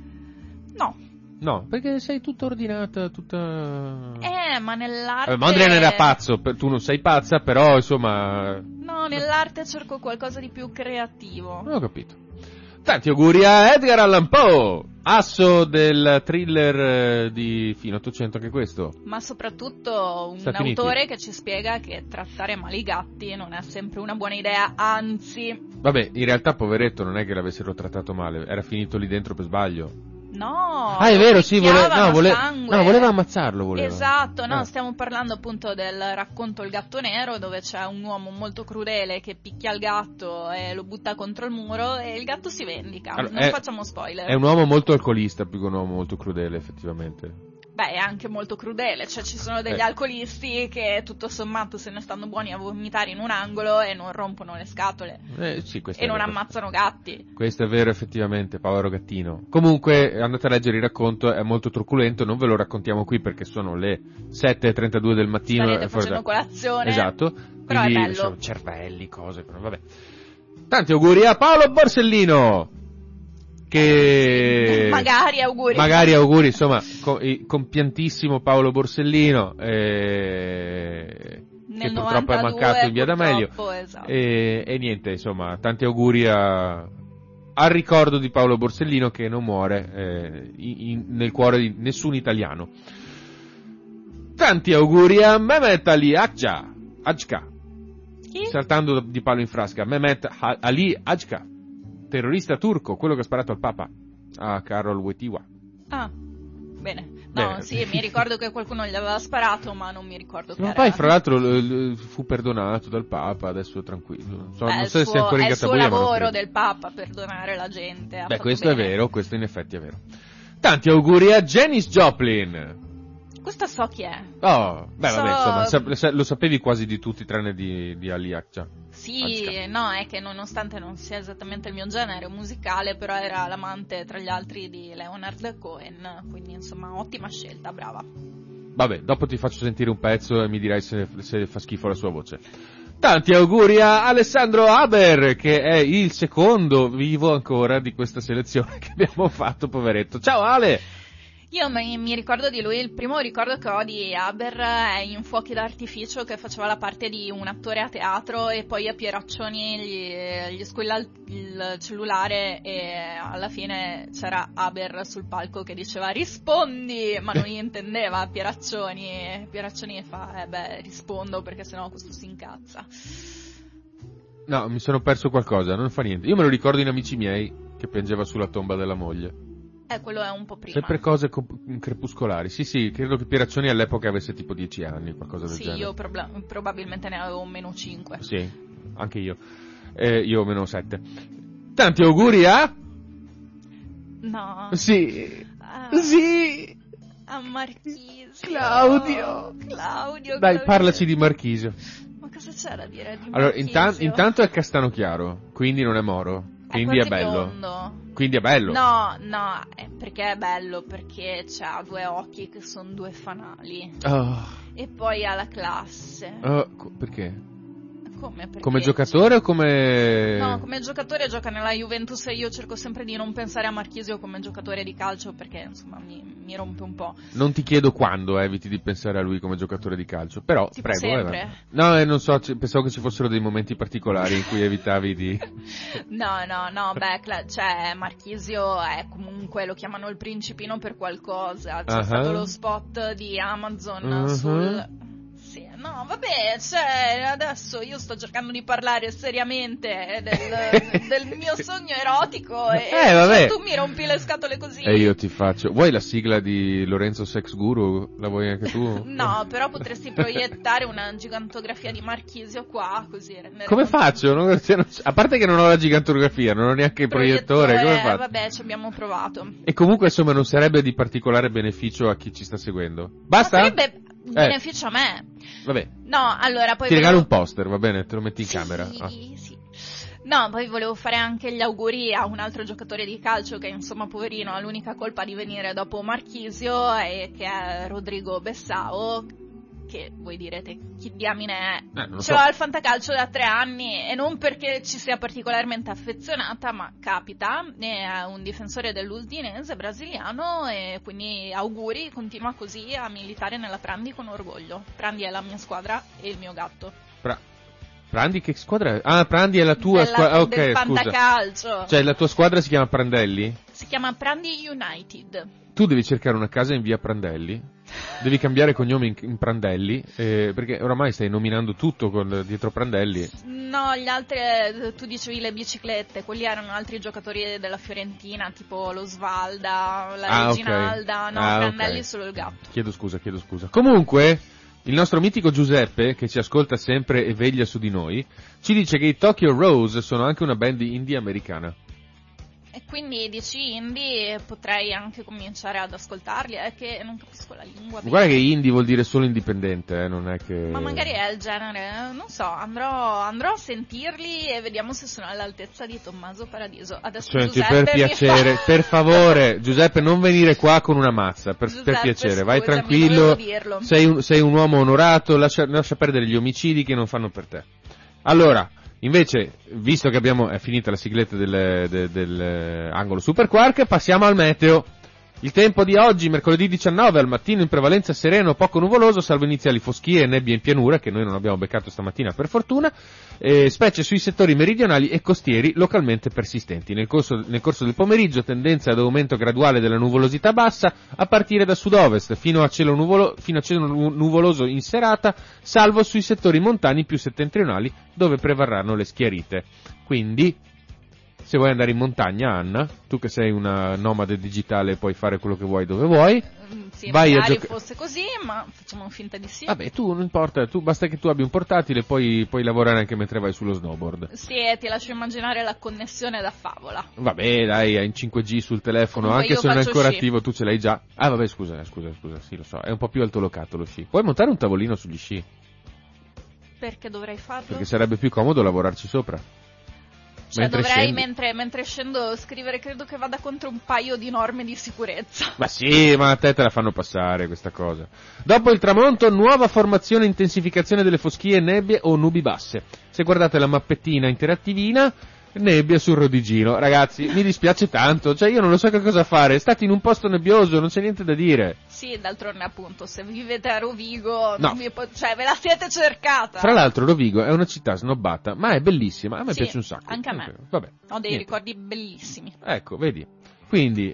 No, perché sei tutta ordinata, tutta... ma nell'arte... Mondrian era pazzo, tu non sei pazza, però insomma... No, nell'arte cerco qualcosa di più creativo. Non ho capito. Tanti auguri a Edgar Allan Poe, asso del thriller di fine Ottocento, anche questo. Ma soprattutto un Stati autore Uniti. che ci spiega che trattare male i gatti non è sempre una buona idea, anzi... Vabbè, in realtà poveretto non è che l'avessero trattato male, era finito lì dentro per sbaglio. No, è vero, sì, voleva ammazzarlo, voleva. Esatto, no, stiamo parlando appunto del racconto Il gatto nero, dove c'è un uomo molto crudele che picchia il gatto e lo butta contro il muro e il gatto si vendica. Allora, non facciamo spoiler. È un uomo molto alcolista più che un uomo molto crudele, effettivamente. Beh, è anche molto crudele, cioè ci sono degli alcolisti che tutto sommato se ne stanno buoni a vomitare in un angolo e non rompono le scatole sì, e non ammazzano gatti. Questo è vero, effettivamente, povero gattino. Comunque andate a leggere il racconto, è molto truculento, non ve lo raccontiamo qui perché sono le 7:32 del mattino. Starete facendo colazione. Esatto. Però quindi, è bello. Sono cervelli, cose, però vabbè. Tanti auguri a Paolo Borsellino! Che magari auguri, insomma, compiantissimo Paolo Borsellino, che purtroppo è mancato in via D'Amelio, esatto. E niente, insomma, tanti auguri al ricordo di Paolo Borsellino, che non muore nel cuore di nessun italiano. Tanti auguri a Mehmet Ali Agca, saltando di palo in frasca, Mehmet Ali Agca, terrorista turco, quello che ha sparato al Papa, a Karol Wojtyła. Ah, bene. No, bene. Sì, mi ricordo che qualcuno gli aveva sparato, ma non mi ricordo che ma era. poi, fra l'altro, fu perdonato dal Papa, adesso è tranquillo. Non so se sia ancora in Gattabuia. È il suo lavoro del Papa, perdonare la gente. Questo bene. È vero, questo in effetti è vero. Tanti auguri a Janis Joplin. Questa so chi è. Vabbè, insomma, lo sapevi quasi di tutti, tranne di Ali Akça. Sì, no, è che nonostante non sia esattamente il mio genere musicale, però era l'amante tra gli altri di Leonard Cohen, quindi insomma ottima scelta, brava. Vabbè, dopo ti faccio sentire un pezzo e mi dirai se fa schifo la sua voce. Tanti auguri a Alessandro Haber, che è il secondo vivo ancora di questa selezione che abbiamo fatto, poveretto. Ciao Ale! Io mi ricordo di lui, il primo ricordo che ho di Haber è in Fuochi d'artificio, che faceva la parte di un attore a teatro e poi a Pieraccioni gli squilla il cellulare e alla fine c'era Haber sul palco che diceva rispondi, ma non intendeva Pieraccioni. Pieraccioni fa rispondo perché sennò questo si incazza. No, mi sono perso qualcosa, non fa niente. Io me lo ricordo in Amici miei che piangeva sulla tomba della moglie. Quello è un po' prima. Sempre cose crepuscolari. Sì, credo che Pieraccioni all'epoca avesse tipo 10 anni, qualcosa del genere. Sì, io probabilmente ne avevo meno 5. Sì, anche io. Io meno 7. Tanti auguri a... No. Sì. Sì. A Marchisio. Claudio. Dai, parlaci di Marchisio. Ma cosa c'è da dire di Allora, Marchisio? intanto è castano chiaro, quindi non è moro. Quindi è bello. Biondo. Quindi è bello. No, perché è bello? Perché c'ha 2 occhi che sono 2 fanali. Oh. E poi ha la classe. Perché? Come? Perché Come giocatore o come... No, come giocatore gioca nella Juventus e io cerco sempre di non pensare a Marchisio come giocatore di calcio perché insomma mi rompe un po'. Non ti chiedo quando eviti di pensare a lui come giocatore di calcio, però Tipo prego. sempre. No, non so, pensavo che ci fossero dei momenti particolari in cui evitavi di... No, beh, cioè Marchisio è comunque, lo chiamano il principino per qualcosa, c'è stato lo spot di Amazon sul... Sì, no, vabbè, cioè, adesso io sto cercando di parlare seriamente del mio sogno erotico e vabbè. tu mi rompi le scatole così. E io ti faccio... Vuoi la sigla di Lorenzo Sex Guru? La vuoi anche tu? No, però potresti proiettare una gigantografia di Marchisio qua, così rendere... Come faccio? A parte che non ho la gigantografia, non ho neanche il proiettore, come faccio? Vabbè, ci abbiamo provato. E comunque, insomma, non sarebbe di particolare beneficio a chi ci sta seguendo. Basta? Ma sarebbe beneficio a me. Vabbè. No, allora poi... Ti regalo un poster, va bene? Te lo metti in camera. Sì. No, poi volevo fare anche gli auguri a un altro giocatore di calcio che insomma poverino ha l'unica colpa di venire dopo Marchisio e che è Rodrigo Bessao, che voi direte chi diamine è. Ce l'ho al fantacalcio da 3 anni e non perché ci sia particolarmente affezionata, ma capita, è un difensore dell'Udinese brasiliano e quindi auguri, continua così a militare nella Prandi con orgoglio. Prandi è la mia squadra e il mio gatto. Prandi che squadra è? Ah, Prandi è la tua squadra. Ok, del scusa. Fantacalcio. Cioè la tua squadra si chiama Prandelli? Si chiama Prandi United. Tu devi cercare una casa in via Prandelli, devi cambiare cognome in Prandelli, perché oramai stai nominando tutto dietro Prandelli. No, gli altri, tu dicevi le biciclette, quelli erano altri giocatori della Fiorentina, tipo lo Svalda, la Reginalda, okay. No, Prandelli okay. Solo il gatto. Chiedo scusa. Comunque, il nostro mitico Giuseppe, che ci ascolta sempre e veglia su di noi, ci dice che i Tokyo Rose sono anche una band indie americana. E quindi dici indie, potrei anche cominciare ad ascoltarli, è che non capisco la lingua. Guarda che indie vuol dire solo indipendente, non è che... Ma magari è il genere, non so, andrò a sentirli e vediamo se sono all'altezza di Tommaso Paradiso. Adesso Senti, Giuseppe per piacere, per favore, Giuseppe, non venire qua con una mazza, per piacere, scusami, vai tranquillo, dirlo. sei un uomo onorato, lascia perdere gli omicidi che non fanno per te. Allora... Invece, visto che è finita la sigletta del angolo Super Quark, passiamo al meteo. Il tempo di oggi, mercoledì 19, al mattino in prevalenza sereno, poco nuvoloso, salvo iniziali foschie e nebbie in pianura, che noi non abbiamo beccato stamattina per fortuna, specie sui settori meridionali e costieri localmente persistenti. Nel corso del pomeriggio tendenza ad aumento graduale della nuvolosità bassa a partire da sud-ovest fino a cielo nuvoloso in serata, salvo sui settori montani più settentrionali dove prevarranno le schiarite. Quindi, se vuoi andare in montagna, Anna, tu che sei una nomade digitale puoi fare quello che vuoi dove vuoi. Sì, vai magari fosse così, ma facciamo finta di sì. Vabbè, tu non importa, basta che tu abbia un portatile, puoi lavorare anche mentre vai sullo snowboard. Sì, ti lascio immaginare la connessione da favola. Vabbè, dai, hai in 5G sul telefono, comunque anche se non è ancora sci. attivo, tu ce l'hai già. Ah, vabbè, scusa, sì, lo so, è un po' più altolocato lo sci. Puoi montare un tavolino sugli sci? Perché dovrei farlo? Perché sarebbe più comodo lavorarci sopra. Cioè dovrei, mentre scendo, scrivere, credo che vada contro un paio di norme di sicurezza. Ma sì, ma a te la fanno passare questa cosa. Dopo il tramonto, nuova formazione e intensificazione delle foschie e nebbie o nubi basse. Se guardate la mappettina interattivina, nebbia sul Rodigino. Ragazzi, mi dispiace tanto, cioè io non lo so che cosa fare, state in un posto nebbioso, non c'è niente da dire. Sì, d'altronde appunto, se vivete a Rovigo, no. Cioè ve la siete cercata. Fra l'altro Rovigo è una città snobbata, ma è bellissima, a me piace un sacco. Anche a me. Vabbè, ho dei ricordi bellissimi. Ecco, vedi. Quindi,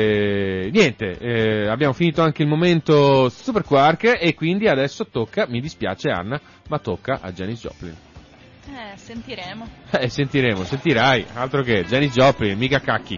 niente, abbiamo finito anche il momento Super Quark e quindi adesso tocca, mi dispiace Anna, ma tocca a Janis Joplin. Sentiremo. Sentirai, altro che Janis Joplin, mica cacchi.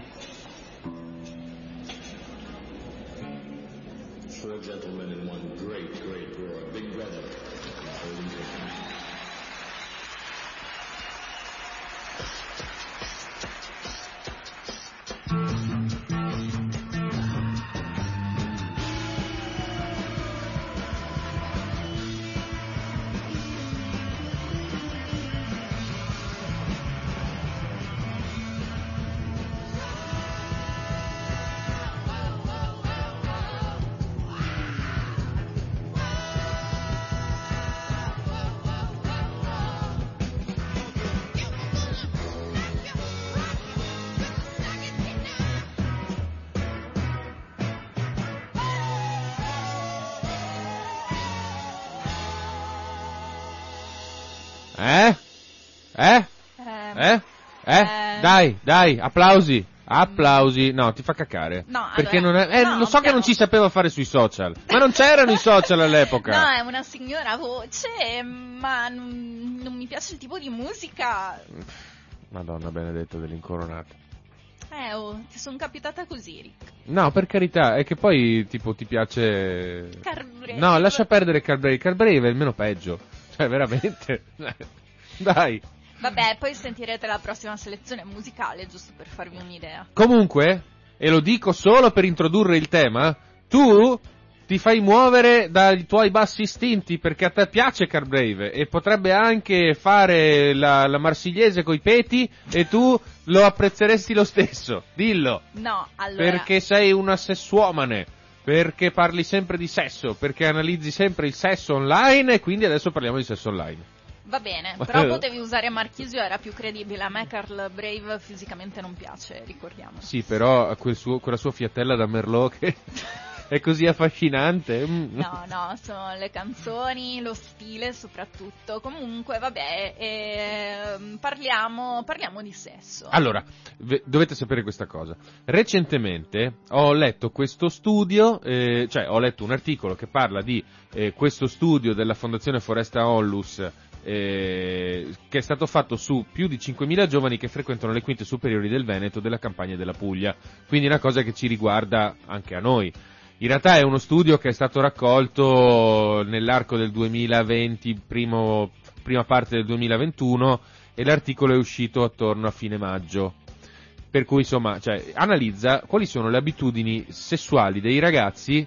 Dai, applausi. No, ti fa cacare. No, perché allora, non è, no, lo so che non ci sapeva fare sui social, ma non c'erano i social all'epoca. No, è una signora voce, ma non mi piace il tipo di musica. Madonna benedetta dell'incoronata. Ti sono capitata così, Rick. No, per carità, è che poi tipo ti piace. Carl Brave. No, lascia perdere Carl Brave. Carl Brave è il meno peggio. Cioè, veramente. Dai. Vabbè, poi sentirete la prossima selezione musicale, giusto per farvi un'idea. Comunque, e lo dico solo per introdurre il tema, tu ti fai muovere dai tuoi bassi istinti perché a te piace Carl Brave e potrebbe anche fare la marsigliese coi peti e tu lo apprezzeresti lo stesso. Dillo. No, allora. Perché sei una sessuomane. Perché parli sempre di sesso, perché analizzi sempre il sesso online e quindi adesso parliamo di sesso online. Va bene, però potevi usare Marchisio, era più credibile. A me Carl Brave fisicamente non piace, ricordiamo. Sì, però quella sua fiatella da Merlot che è così affascinante. No, sono le canzoni, lo stile soprattutto. Comunque, vabbè, parliamo di sesso. Allora, dovete sapere questa cosa. Recentemente ho letto questo studio, cioè ho letto un articolo che parla di questo studio della Fondazione Foresta Onlus, che è stato fatto su più di 5.000 giovani che frequentano le quinte superiori del Veneto, della Campania e della Puglia, quindi una cosa che ci riguarda anche a noi. In realtà è uno studio che è stato raccolto nell'arco del 2020, prima parte del 2021, e l'articolo è uscito attorno a fine maggio. Per cui insomma, analizza quali sono le abitudini sessuali dei ragazzi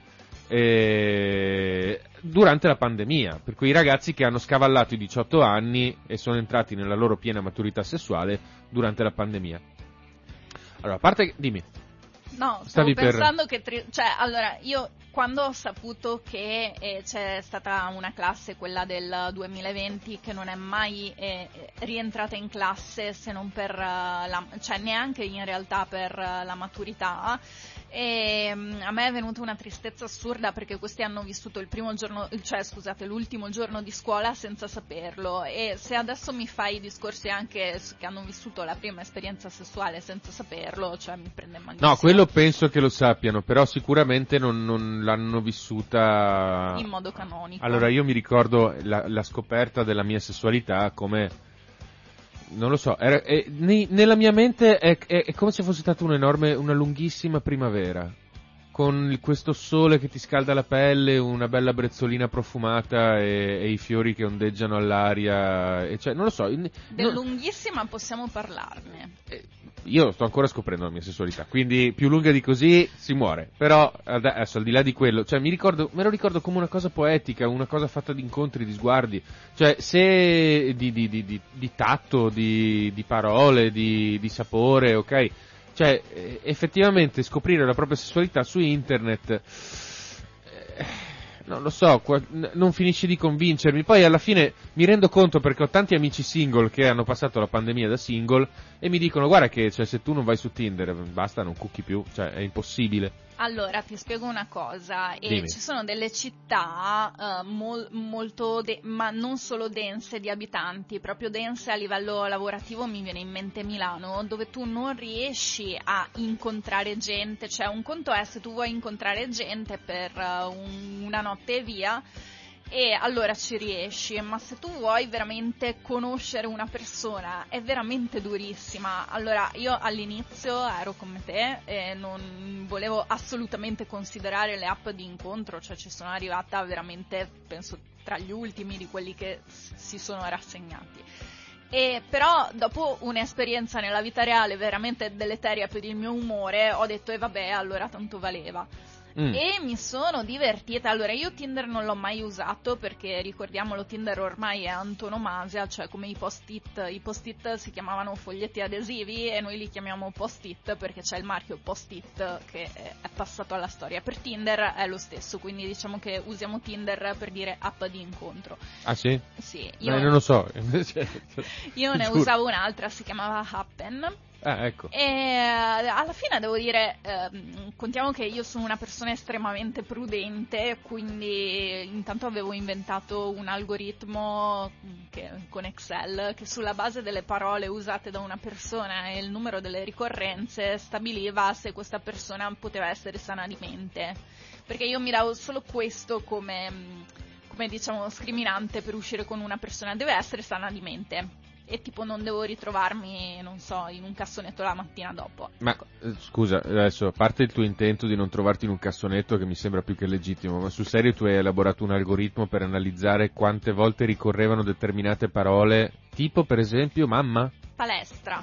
durante la pandemia, per cui i ragazzi che hanno scavallato i 18 anni e sono entrati nella loro piena maturità sessuale durante la pandemia. Allora, a parte, dimmi. No, stavo pensando che allora, io quando ho saputo che c'è stata una classe, quella del 2020, che non è mai rientrata in classe se non per neanche in realtà per la maturità, e a me è venuta una tristezza assurda perché questi hanno vissuto l'ultimo giorno di scuola senza saperlo, e se adesso mi fai discorsi anche che hanno vissuto la prima esperienza sessuale senza saperlo, mi prende malissimo. No, quello penso che lo sappiano, però sicuramente non l'hanno vissuta in modo canonico. Allora, io mi ricordo la scoperta della mia sessualità come, non lo so, nella mia mente è come se fosse stata una lunghissima primavera, con questo sole che ti scalda la pelle, una bella brezzolina profumata e i fiori che ondeggiano all'aria, non lo so. Lunghissima possiamo parlarne. Io sto ancora scoprendo la mia sessualità, quindi più lunga di così si muore. Però adesso, al di là di quello, me lo ricordo come una cosa poetica, una cosa fatta di incontri, di sguardi, se di tatto, di parole, di sapore, ok? Effettivamente scoprire la propria sessualità su internet, non lo so, non finisce di convincermi. Poi alla fine mi rendo conto, perché ho tanti amici single che hanno passato la pandemia da single e mi dicono: guarda che se tu non vai su Tinder basta, non cucchi più, è impossibile. Allora, ti spiego una cosa, Dimmi. Ci sono delle città molto, ma non solo dense di abitanti, proprio dense a livello lavorativo. Mi viene in mente Milano, dove tu non riesci a incontrare gente, un conto è se tu vuoi incontrare gente per una notte e via, e allora ci riesci, ma se tu vuoi veramente conoscere una persona è veramente durissima. Allora, io all'inizio ero come te e non volevo assolutamente considerare le app di incontro, ci sono arrivata veramente, penso, tra gli ultimi di quelli che si sono rassegnati. Però dopo un'esperienza nella vita reale veramente deleteria per il mio umore, ho detto vabbè, allora tanto valeva. E mi sono divertita. Allora, io Tinder non l'ho mai usato perché, ricordiamolo, Tinder ormai è antonomasia, come i post-it. I post-it si chiamavano foglietti adesivi e noi li chiamiamo post-it perché c'è il marchio post-it che è passato alla storia. Per Tinder è lo stesso, quindi diciamo che usiamo Tinder per dire app di incontro. Ah sì? Sì. Non lo so. Io ne usavo un'altra, si chiamava Happen. Ecco. E alla fine devo dire, contiamo che io sono una persona estremamente prudente, quindi intanto avevo inventato un algoritmo con Excel che sulla base delle parole usate da una persona e il numero delle ricorrenze stabiliva se questa persona poteva essere sana di mente, perché io mi davo solo questo come diciamo scriminante per uscire con una persona: deve essere sana di mente. E tipo non devo ritrovarmi, non so, in un cassonetto la mattina dopo. Ma scusa, adesso, a parte il tuo intento di non trovarti in un cassonetto, che mi sembra più che legittimo, ma sul serio tu hai elaborato un algoritmo per analizzare quante volte ricorrevano determinate parole, tipo per esempio mamma? Palestra.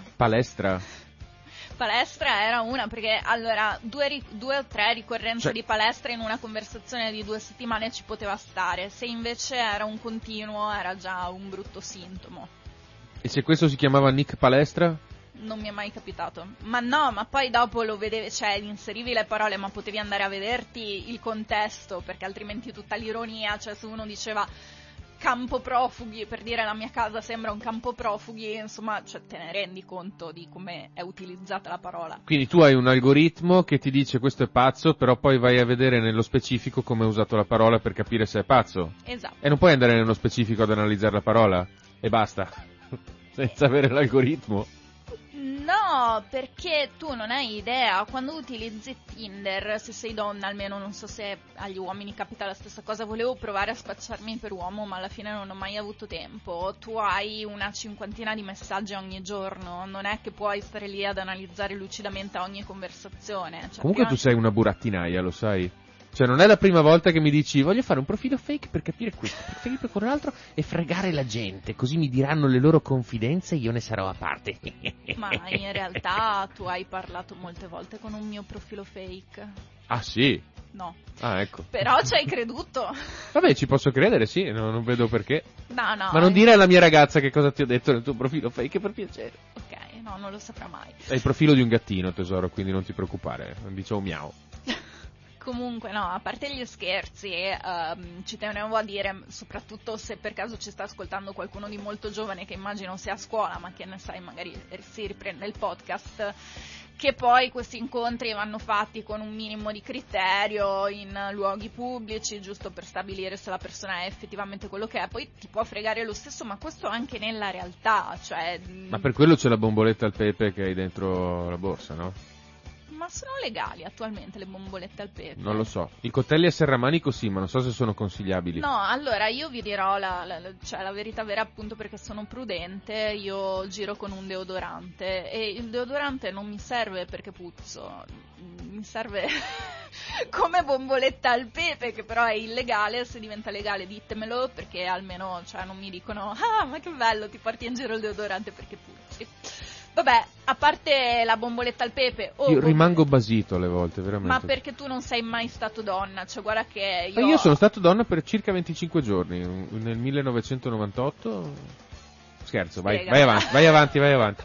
Palestra era una, perché allora due o tre ricorrenze di palestra in una conversazione di 2 settimane ci poteva stare, se invece era un continuo era già un brutto sintomo. E se questo si chiamava Nick Palestra? Non mi è mai capitato. Ma no, ma poi dopo lo vedevi, cioè inserivi le parole, ma potevi andare a vederti il contesto, perché altrimenti tutta l'ironia, cioè se uno diceva campo profughi, per dire la mia casa sembra un campo profughi, insomma, cioè te ne rendi conto di come è utilizzata la parola. Quindi tu hai un algoritmo che ti dice questo è pazzo, però poi vai a vedere nello specifico come hai usato la parola per capire se è pazzo. Esatto. E non puoi andare nello specifico ad analizzare la parola e basta, senza avere l'algoritmo. No, perché tu non hai idea, quando utilizzi Tinder, se sei donna almeno, non so se agli uomini capita la stessa cosa, volevo provare a spacciarmi per uomo ma alla fine non ho mai avuto tempo, tu hai una 50 di messaggi ogni giorno, non è che puoi stare lì ad analizzare lucidamente ogni conversazione. Cioè, comunque tu sei una burattinaia, lo sai? Cioè non è la prima volta che mi dici voglio fare un profilo fake per capire questo, per capire quell'altro e fregare la gente, così mi diranno le loro confidenze e io ne sarò a parte. Ma in realtà tu hai parlato molte volte con un mio profilo fake. Ah sì? No. Ah ecco. Però ci hai creduto. Vabbè, ci posso credere, sì, non vedo perché. No. Ma non dire alla mia ragazza che cosa ti ho detto nel tuo profilo fake, per piacere. Ok, no, non lo saprà mai. È il profilo di un gattino, tesoro, quindi non ti preoccupare, diciamo miau. Comunque no, a parte gli scherzi, ci tenevo a dire, soprattutto se per caso ci sta ascoltando qualcuno di molto giovane che immagino sia a scuola, ma che ne sai, magari si riprende il podcast, che poi questi incontri vanno fatti con un minimo di criterio in luoghi pubblici, giusto per stabilire se la persona è effettivamente quello che è. Poi ti può fregare lo stesso, ma questo anche nella realtà, cioè... Ma per quello c'è la bomboletta al pepe che hai dentro la borsa, no? Ma sono legali attualmente le bombolette al pepe? Non lo so. I coltelli a serramanico sì, ma non so se sono consigliabili. No, allora io vi dirò la verità vera, appunto perché sono prudente. Io giro con un deodorante e il deodorante non mi serve perché puzzo, mi serve come bomboletta al pepe, che però è illegale. Se diventa legale ditemelo, perché almeno non mi dicono ah ma che bello, ti porti in giro il deodorante perché puzzi. Vabbè, a parte la bomboletta al pepe... Io rimango basito alle volte, veramente. Ma perché tu non sei mai stato donna? Cioè, guarda che io sono stato donna per circa 25 giorni, nel 1998... Scherzo, vai avanti.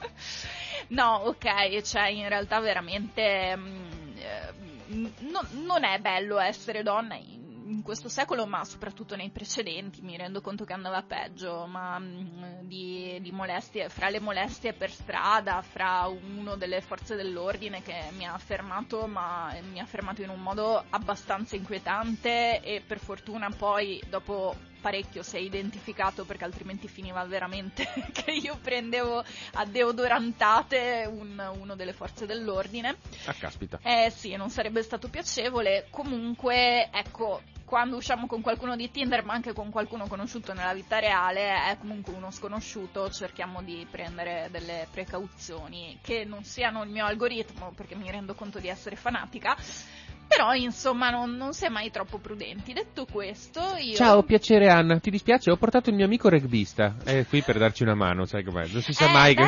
No, ok, cioè, in realtà veramente... non è bello essere donna in questo secolo, ma soprattutto nei precedenti. Mi rendo conto che andava peggio, ma di molestie, fra le molestie per strada, fra uno delle forze dell'ordine che mi ha fermato, ma mi ha fermato in un modo abbastanza inquietante, e per fortuna poi dopo parecchio si è identificato, perché altrimenti finiva veramente che io prendevo a deodorantate uno delle forze dell'ordine. Ah, caspita. Sì, non sarebbe stato piacevole. Comunque, ecco, quando usciamo con qualcuno di Tinder, ma anche con qualcuno conosciuto nella vita reale, è comunque uno sconosciuto, cerchiamo di prendere delle precauzioni che non siano il mio algoritmo, perché mi rendo conto di essere fanatica. Però, insomma, non si è mai troppo prudenti. Detto questo, io... Ciao, piacere Anna. Ti dispiace? Ho portato il mio amico rugbista. È qui per darci una mano, sai com'è? Non si sa mai che...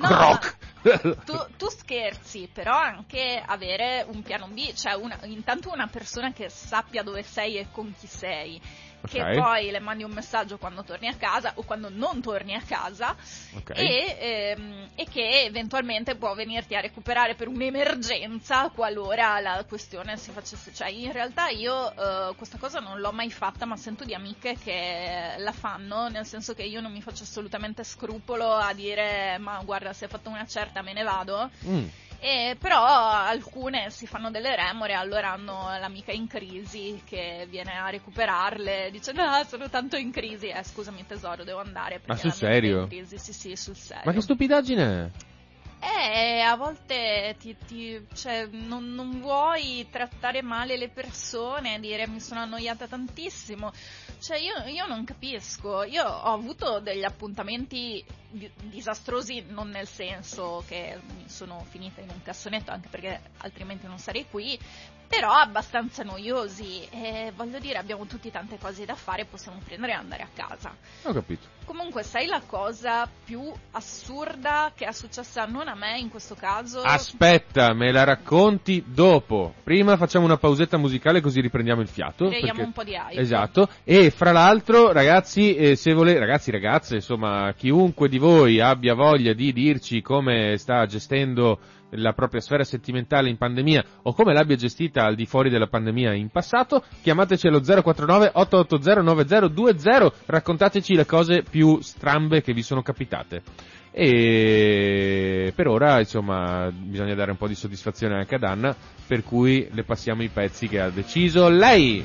Tu scherzi, però anche avere un piano B, cioè intanto una persona che sappia dove sei e con chi sei. che poi le mandi un messaggio quando torni a casa o quando non torni a casa, e che eventualmente può venirti a recuperare per un'emergenza qualora la questione si facesse. Cioè, in realtà io questa cosa non l'ho mai fatta, ma sento di amiche che la fanno, nel senso che io non mi faccio assolutamente scrupolo a dire ma guarda, se hai fatto una certa me ne vado. Però alcune si fanno delle remore, allora hanno l'amica in crisi che viene a recuperarle, dice no, sono tanto in crisi, scusami tesoro, devo andare. Ma sul serio? In crisi. Sì, sul serio. Ma che stupidaggine A volte cioè, non vuoi trattare male le persone, dire mi sono annoiata tantissimo. Cioè io non capisco. Io ho avuto degli appuntamenti disastrosi, non nel senso che mi sono finita in un cassonetto, anche perché altrimenti non sarei qui, però abbastanza noiosi, e voglio dire, abbiamo tutti tante cose da fare, possiamo prendere e andare a casa. Ho capito. Comunque, sai la cosa più assurda che è successa non a me in questo caso? Aspetta, me la racconti dopo. Prima facciamo una pausetta musicale così riprendiamo il fiato. Creiamo un po' di hype. Esatto. E fra l'altro, ragazzi, se volete, ragazzi, ragazze, insomma, chiunque di voi abbia voglia di dirci come sta gestendo la propria sfera sentimentale in pandemia o come l'abbia gestita al di fuori della pandemia in passato, chiamateci allo 049 880 9020, raccontateci le cose più strambe che vi sono capitate. E per ora, insomma, bisogna dare un po' di soddisfazione anche ad Anna, per cui le passiamo i pezzi che ha deciso lei.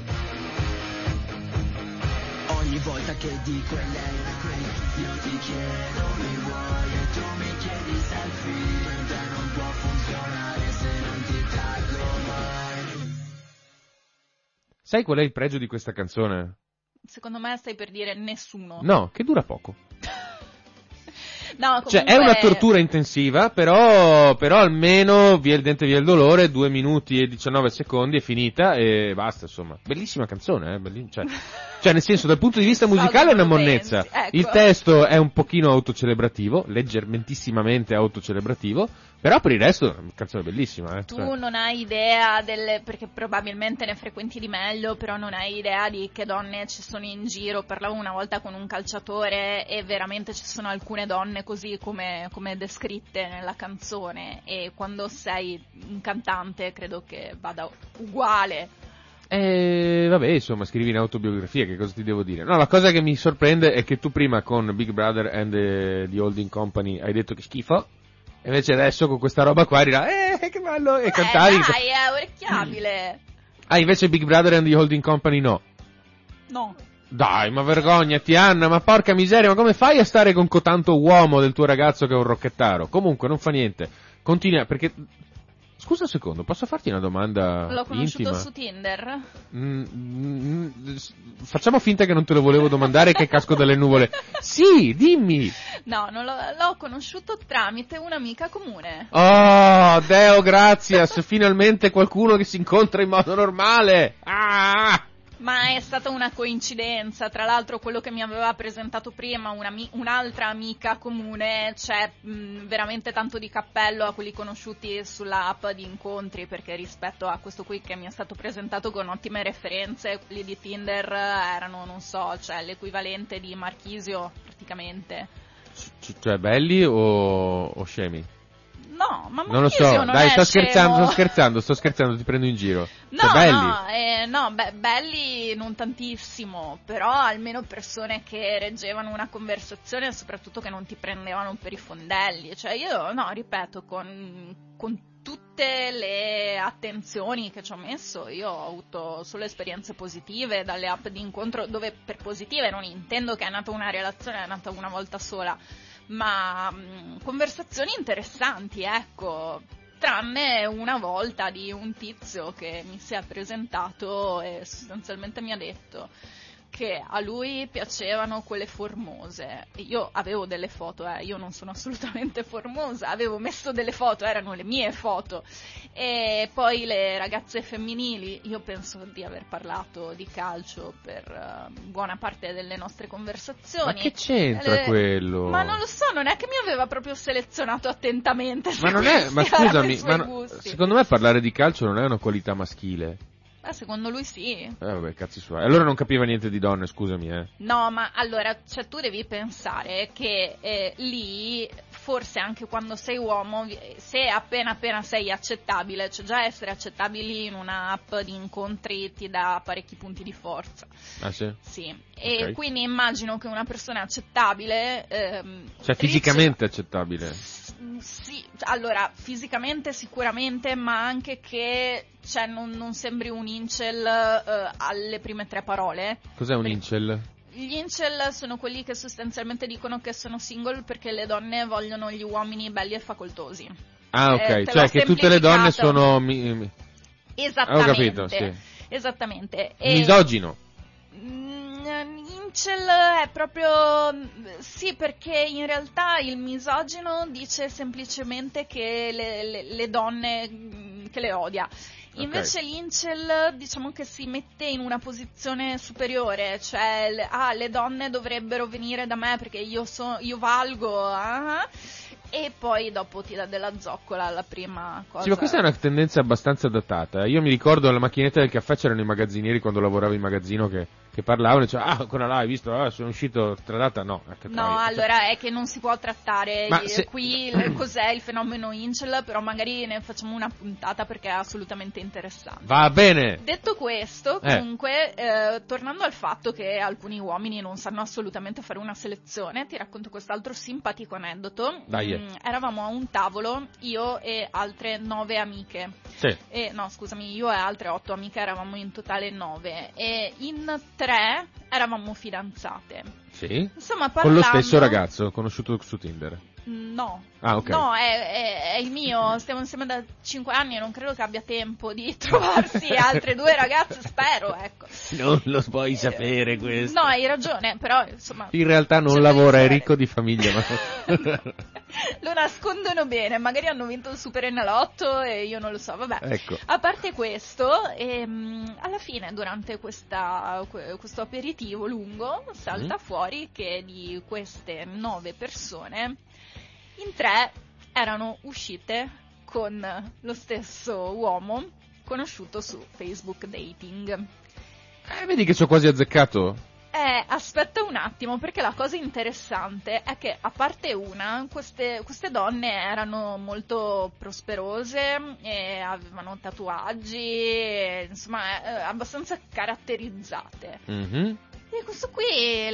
Ogni volta che dico è lei, io ti chiedo mi vuoi e tu mi chiedi selfie, per te non può funzionare se non ti taggo mai. Sai qual è il pregio di questa canzone? Secondo me stai per dire nessuno. No, che dura poco. No, comunque... Cioè, è una tortura intensiva, però almeno via il dente via il dolore, 2 minuti e 19 secondi, è finita e basta, insomma. Bellissima canzone, cioè nel senso, dal punto di vista musicale è una monnezza. Ecco. Il testo è un pochino autocelebrativo, leggermentissimamente autocelebrativo, però per il resto è una canzone bellissima. Tu non hai idea perché probabilmente ne frequenti di meglio, però non hai idea di che donne ci sono in giro. Parlavo una volta con un calciatore e veramente ci sono alcune donne così come descritte nella canzone, e quando sei un cantante credo che vada uguale. Vabbè, insomma, scrivi in autobiografia, che cosa ti devo dire? No, la cosa che mi sorprende è che tu prima con Big Brother and the Holding Company hai detto che schifo, e invece adesso con questa roba qua dirà, che bello, e cantavi. Dai, è orecchiabile. Invece Big Brother and the Holding Company no. No. Dai, ma vergognati, Anna, ma porca miseria, ma come fai a stare con cotanto uomo del tuo ragazzo che è un rocchettaro? Comunque, non fa niente. Continua, perché... Scusa un secondo, posso farti una domanda L'ho conosciuto intima? su Tinder? Facciamo finta che non te lo volevo domandare, che casco dalle nuvole. Sì, dimmi! No, non l'ho conosciuto tramite un'amica comune. Oh, Deo grazias, finalmente qualcuno che si incontra in modo normale! Ah! Ma è stata una coincidenza, tra l'altro quello che mi aveva presentato prima un'altra amica comune, c'è veramente tanto di cappello a quelli conosciuti sulla app di incontri, perché rispetto a questo qui che mi è stato presentato con ottime referenze, quelli di Tinder erano, non so, cioè l'equivalente di Marchisio praticamente. Cioè belli o scemi? No, ma non lo so, non dai, è sto scherzando, ti prendo in giro. No, cioè, belli. Belli non tantissimo, però almeno persone che reggevano una conversazione e soprattutto che non ti prendevano per i fondelli. Cioè io, no, ripeto, con tutte le attenzioni che ci ho messo, io ho avuto solo esperienze positive dalle app di incontro, dove per positive non intendo che è nata una relazione, è nata una volta sola, ma conversazioni interessanti, ecco, tranne una volta di un tizio che mi si è presentato e sostanzialmente mi ha detto che a lui piacevano quelle formose. Io avevo delle foto, io non sono assolutamente formosa, avevo messo delle foto, erano le mie foto, e poi le ragazze femminili. Io penso di aver parlato di calcio per buona parte delle nostre conversazioni. Ma che c'entra quello? Ma non lo so, non è che mi aveva proprio selezionato attentamente. Ma non è, ma scusami, secondo me parlare di calcio non è una qualità maschile. Secondo lui sì. Vabbè, cazzi suoi. Allora non capiva niente di donne, scusami, No, ma allora, cioè tu devi pensare che lì, forse anche quando sei uomo, se appena sei accettabile, cioè già essere accettabili in una app di incontri ti dà parecchi punti di forza. Ah sì? Sì, e Ok. quindi immagino che una persona accettabile... Cioè fisicamente accettabile. Sì, allora, fisicamente sicuramente, ma anche che cioè, non sembri un incel alle prime 3 parole. Cos'è un incel? Gli incel sono quelli che sostanzialmente dicono che sono single perché le donne vogliono gli uomini belli e facoltosi. Ah, ok, te cioè l'ho che tutte le donne semplificato. sono... Esattamente. Ho capito, sì. Esattamente. Misogino. Incel è proprio... Sì, perché in realtà il misogino dice semplicemente che le donne... che le odia. Invece l'incel diciamo che si mette in una posizione superiore, cioè le donne dovrebbero venire da me perché io valgo, e poi dopo ti dà della zoccola alla prima cosa. Sì, ma questa è una tendenza abbastanza datata. Io mi ricordo alla macchinetta del caffè c'erano i magazzinieri quando lavoravo in magazzino che parlavano e dicevano, ancora là, hai visto? Sono uscito tra data? No. No, allora è che non si può trattare qui cos'è il fenomeno incel, però magari ne facciamo una puntata perché è assolutamente interessante. Va bene! Detto questo, comunque, tornando al fatto che alcuni uomini non sanno assolutamente fare una selezione, ti racconto quest'altro simpatico aneddoto. Dai. Eravamo a un tavolo, io e altre 9 amiche. Sì. No, scusami, io e altre 8 amiche, eravamo in totale 9. E in 3 eravamo fidanzate. Sì? Insomma, con lo stesso ragazzo conosciuto su Tinder? No. Ah, ok. No, è il mio, stiamo insieme da 5 anni e non credo che abbia tempo di trovarsi altre 2 ragazze, spero, ecco. Non lo puoi sapere questo. No, hai ragione, però insomma... In realtà non lavora, è ricco di famiglia, ma... Lo nascondono bene, magari hanno vinto il Super Enalotto e io non lo so, vabbè. Ecco. A parte questo, alla fine durante questo aperitivo lungo salta fuori che di queste 9 persone in 3 erano uscite con lo stesso uomo conosciuto su Facebook Dating. Vedi che ci ho quasi azzeccato? Aspetta un attimo, perché la cosa interessante è che a parte una, queste donne erano molto prosperose e avevano tatuaggi, insomma, abbastanza caratterizzate. Mm-hmm. E questo qui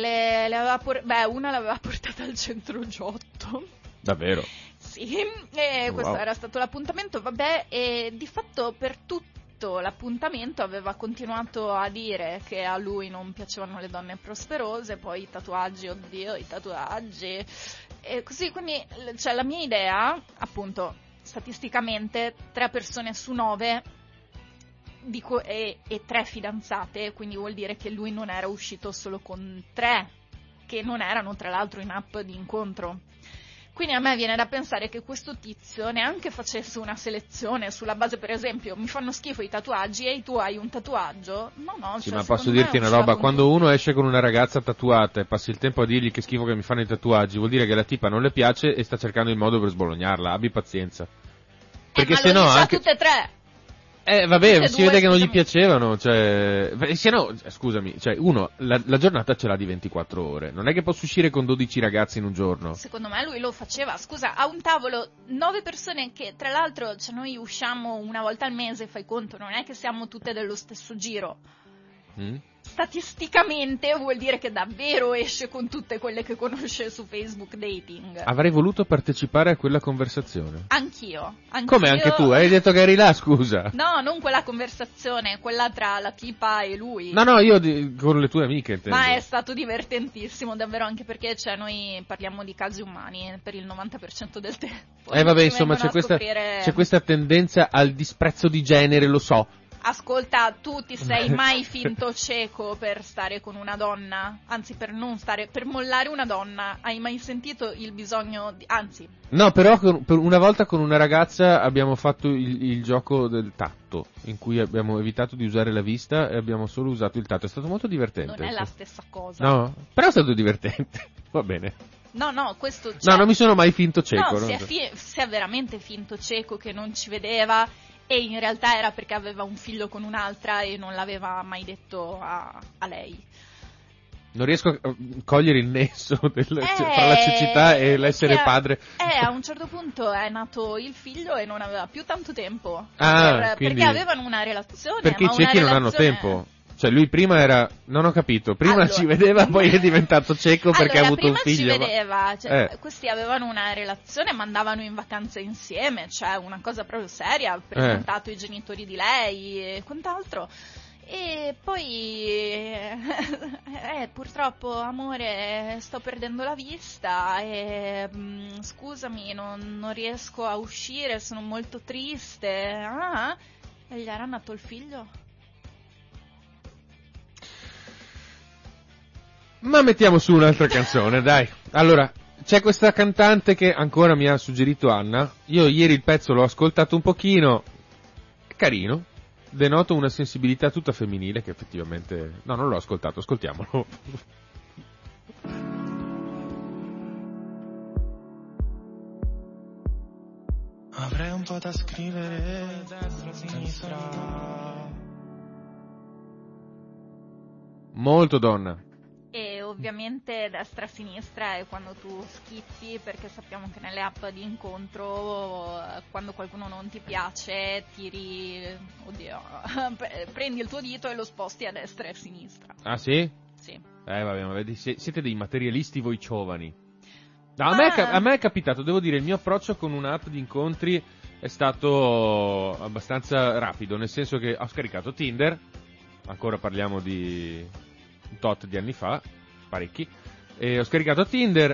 una l'aveva portata al centro Giotto. Davvero? Sì, e questo era stato l'appuntamento, vabbè, e di fatto per tutto l'appuntamento aveva continuato a dire che a lui non piacevano le donne prosperose, poi i tatuaggi, oddio, i tatuaggi, e così, quindi, cioè, la mia idea, appunto, statisticamente, 3 persone su 9 e 3 fidanzate, quindi vuol dire che lui non era uscito solo con 3, che non erano tra l'altro in app di incontro. Quindi a me viene da pensare che questo tizio neanche facesse una selezione sulla base, per esempio, mi fanno schifo i tatuaggi e tu hai un tatuaggio? No. Sì, cioè, ma posso dirti una roba, quando uno esce con una ragazza tatuata e passi il tempo a dirgli che schifo che mi fanno i tatuaggi, vuol dire che la tipa non le piace e sta cercando il modo per sbolognarla, abbi pazienza. Perché se no anche... tutte e 3. Vabbè, si vede che non gli piacevano, cioè, se no, scusami, cioè, uno, la giornata ce l'ha di 24 ore, non è che posso uscire con 12 ragazzi in un giorno. Secondo me lui lo faceva, scusa, a un tavolo 9 persone che, tra l'altro, cioè, noi usciamo una volta al mese, fai conto, non è che siamo tutte dello stesso giro. Statisticamente vuol dire che davvero esce con tutte quelle che conosce su Facebook Dating. Avrei voluto partecipare a quella conversazione. Anch'io. Come anche tu? Hai detto che eri là, scusa. No, non quella conversazione, quella tra la tipa e lui. No, io con le tue amiche intendo. Ma è stato divertentissimo, davvero, anche perché noi parliamo di casi umani per il 90% del tempo. Vabbè, insomma, c'è questa tendenza al disprezzo di genere, lo so. Ascolta, tu ti sei mai finto cieco per stare con una donna? Anzi, per mollare una donna, hai mai sentito il bisogno di... Anzi... No, però per una volta con una ragazza abbiamo fatto il gioco del tatto, in cui abbiamo evitato di usare la vista e abbiamo solo usato il tatto. È stato molto divertente. Non è la stessa cosa. No, però è stato divertente. Va bene. No, questo... No, non mi sono mai finto cieco. No, si è veramente finto cieco che non ci vedeva... E in realtà era perché aveva un figlio con un'altra e non l'aveva mai detto a lei. Non riesco a cogliere il nesso tra la cecità e l'essere padre. A un certo punto è nato il figlio e non aveva più tanto tempo. Quindi, perché avevano una relazione. Perché ma i ciechi non hanno tempo. Cioè lui prima era, non ho capito, prima ci vedeva, poi è diventato cieco perché ha avuto un figlio. Prima ci vedeva, cioè, questi avevano una relazione, ma andavano in vacanze insieme, cioè una cosa proprio seria, ha presentato i genitori di lei e quant'altro. E poi, purtroppo, amore, sto perdendo la vista e scusami, non riesco a uscire, sono molto triste. E gli era nato il figlio. Ma mettiamo su un'altra canzone, dai. Allora, c'è questa cantante che ancora mi ha suggerito Anna. Io ieri il pezzo l'ho ascoltato un pochino, è carino. Denoto una sensibilità tutta femminile che effettivamente... No, non l'ho ascoltato, ascoltiamolo. Avrei un po' da scrivere, destra, sinistra. Molto donna. E ovviamente destra-sinistra è quando tu schippi, perché sappiamo che nelle app di incontro quando qualcuno non ti piace prendi il tuo dito e lo sposti a destra e a sinistra. Ah sì? Sì. Vabbè, ma vedi, siete dei materialisti voi giovani. No, a me è capitato, devo dire, il mio approccio con un'app di incontri è stato abbastanza rapido, nel senso che ho scaricato Tinder, ancora parliamo di un tot di anni fa, parecchi, e ho scaricato Tinder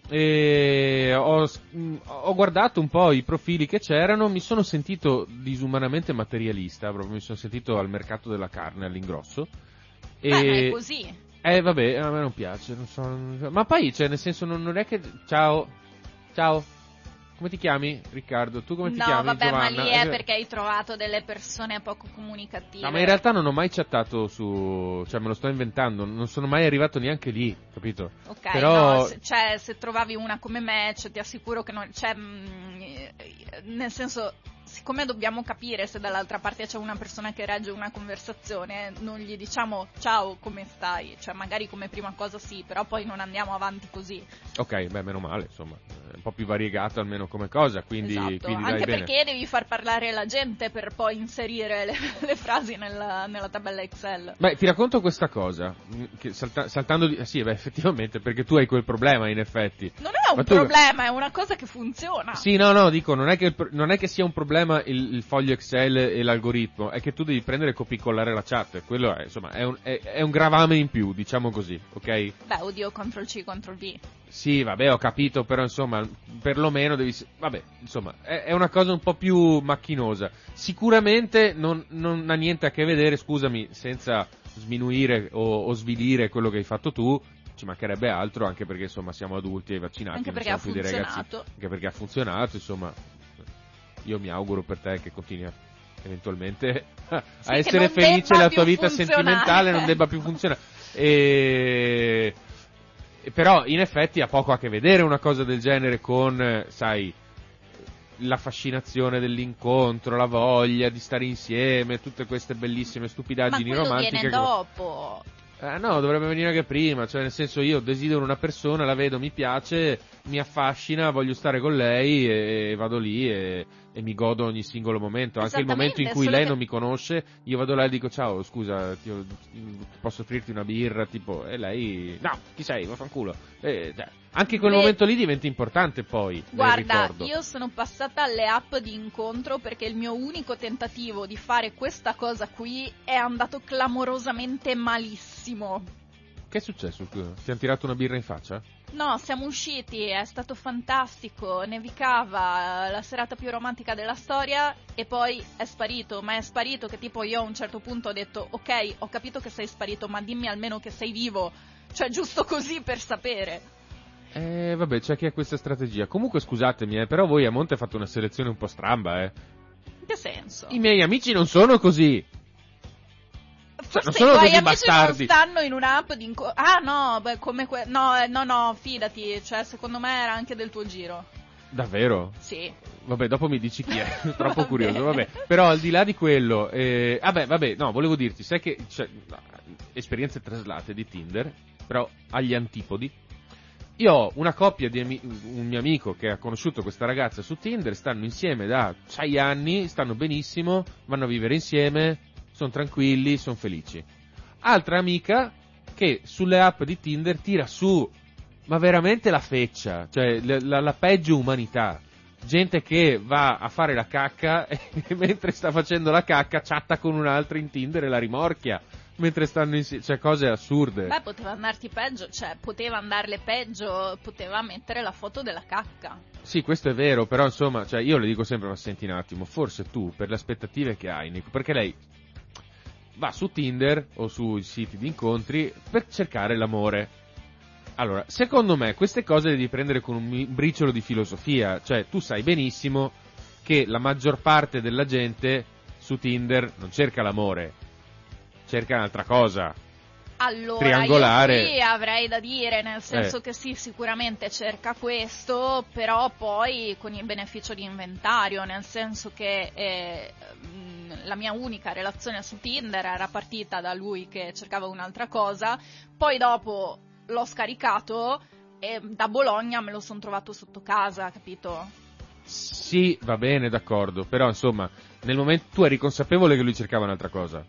e ho guardato un po' i profili che c'erano, mi sono sentito disumanamente materialista, proprio mi sono sentito al mercato della carne all'ingrosso. Ma è così. Vabbè, a me non piace, non so, ma poi, cioè, nel senso, non è che... Ciao, come ti chiami? Riccardo, tu come ti chiami? No, vabbè, Giovanna? ma lì è perché hai trovato delle persone poco comunicative. No, ma in realtà non ho mai chattato cioè me lo sto inventando, non sono mai arrivato neanche lì, capito? Ok, però... no, se trovavi una come match, ti assicuro che non... Cioè, nel senso... Siccome dobbiamo capire se dall'altra parte c'è una persona che regge una conversazione, non gli diciamo ciao, come stai? Cioè magari come prima cosa sì, però poi non andiamo avanti così. Ok, beh, meno male, insomma, è un po' più variegato almeno come cosa, quindi, esatto. quindi Anche dai, perché devi far parlare la gente per poi inserire le frasi nella tabella Excel. Beh, ti racconto questa cosa, che saltando di... sì, beh, effettivamente, perché tu hai quel problema in effetti. Non è un problema, è una cosa che funziona. Sì, no, dico, non è che sia un problema il foglio Excel e l'algoritmo, è che tu devi prendere e copicollare la chat, quello è, insomma, è un gravame in più, diciamo così, ok? Beh, oddio, CTRL-C, CTRL-V. Sì, vabbè, ho capito, però insomma, perlomeno devi... Vabbè, insomma, è una cosa un po' più macchinosa. Sicuramente non ha niente a che vedere, scusami, senza sminuire o svilire quello che hai fatto tu, ci mancherebbe altro, anche perché insomma siamo adulti e vaccinati, anche perché non siamo più dei ragazzi. Funzionato. Anche perché ha funzionato, insomma, io mi auguro per te che continui eventualmente a essere felice, la tua vita sentimentale non debba più funzionare. Però in effetti ha poco a che vedere una cosa del genere con, sai, la fascinazione dell'incontro, la voglia di stare insieme, tutte queste bellissime stupidaggini romantiche. Ma quello viene dopo. No, dovrebbe venire anche prima, cioè nel senso io desidero una persona, la vedo, mi piace, mi affascina, voglio stare con lei e vado lì e mi godo ogni singolo momento, anche il momento in cui lei non mi conosce, io vado là e dico ciao, scusa, posso offrirti una birra, tipo, e lei, no, chi sei, vaffanculo, cioè, anche quel momento lì diventa importante poi. Guarda, io sono passata alle app di incontro perché il mio unico tentativo di fare questa cosa qui è andato clamorosamente malissimo. Che è successo? Ti hanno tirato una birra in faccia? No, siamo usciti, è stato fantastico, nevicava, la serata più romantica della storia e poi è sparito, ma è sparito che tipo io a un certo punto ho detto ok, ho capito che sei sparito, ma dimmi almeno che sei vivo, cioè giusto così per sapere. Vabbè, c'è chi ha questa strategia. Comunque scusatemi, però voi a monte fate una selezione un po' stramba, In che senso? I miei amici non sono così. Forse non sono i tuoi così amici bastardi. non stanno in un'app di incontro. Ah no, beh, come no, fidati, cioè secondo me era anche del tuo giro. Davvero? Sì. Vabbè, dopo mi dici chi è, troppo curioso, vabbè. Però al di là di quello, no, volevo dirti, sai che esperienze traslate di Tinder, però agli antipodi. Io ho una coppia di un mio amico che ha conosciuto questa ragazza su Tinder, stanno insieme da 6 anni, stanno benissimo, vanno a vivere insieme, sono tranquilli, sono felici. Altra amica che sulle app di Tinder tira su, ma veramente la feccia, cioè la peggio umanità. Gente che va a fare la cacca e mentre sta facendo la cacca chatta con un'altra in Tinder e la rimorchia mentre stanno insieme, cioè cose assurde. Beh, poteva andarti peggio, cioè poteva andarle peggio, poteva mettere la foto della cacca. Sì, questo è vero, però insomma, cioè io le dico sempre, ma senti un attimo, forse tu per le aspettative che hai, Nico, perché lei va su Tinder o sui siti di incontri per cercare l'amore. Allora, secondo me queste cose le devi prendere con un briciolo di filosofia, cioè tu sai benissimo che la maggior parte della gente su Tinder non cerca l'amore, cerca un'altra cosa. Allora, triangolare. io qui avrei da dire, nel senso che sì, sicuramente cerca questo, però poi con il beneficio di inventario, nel senso che la mia unica relazione su Tinder era partita da lui che cercava un'altra cosa, poi dopo l'ho scaricato e da Bologna me lo sono trovato sotto casa, capito? Sì, va bene, d'accordo, però insomma, nel momento tu eri consapevole che lui cercava un'altra cosa.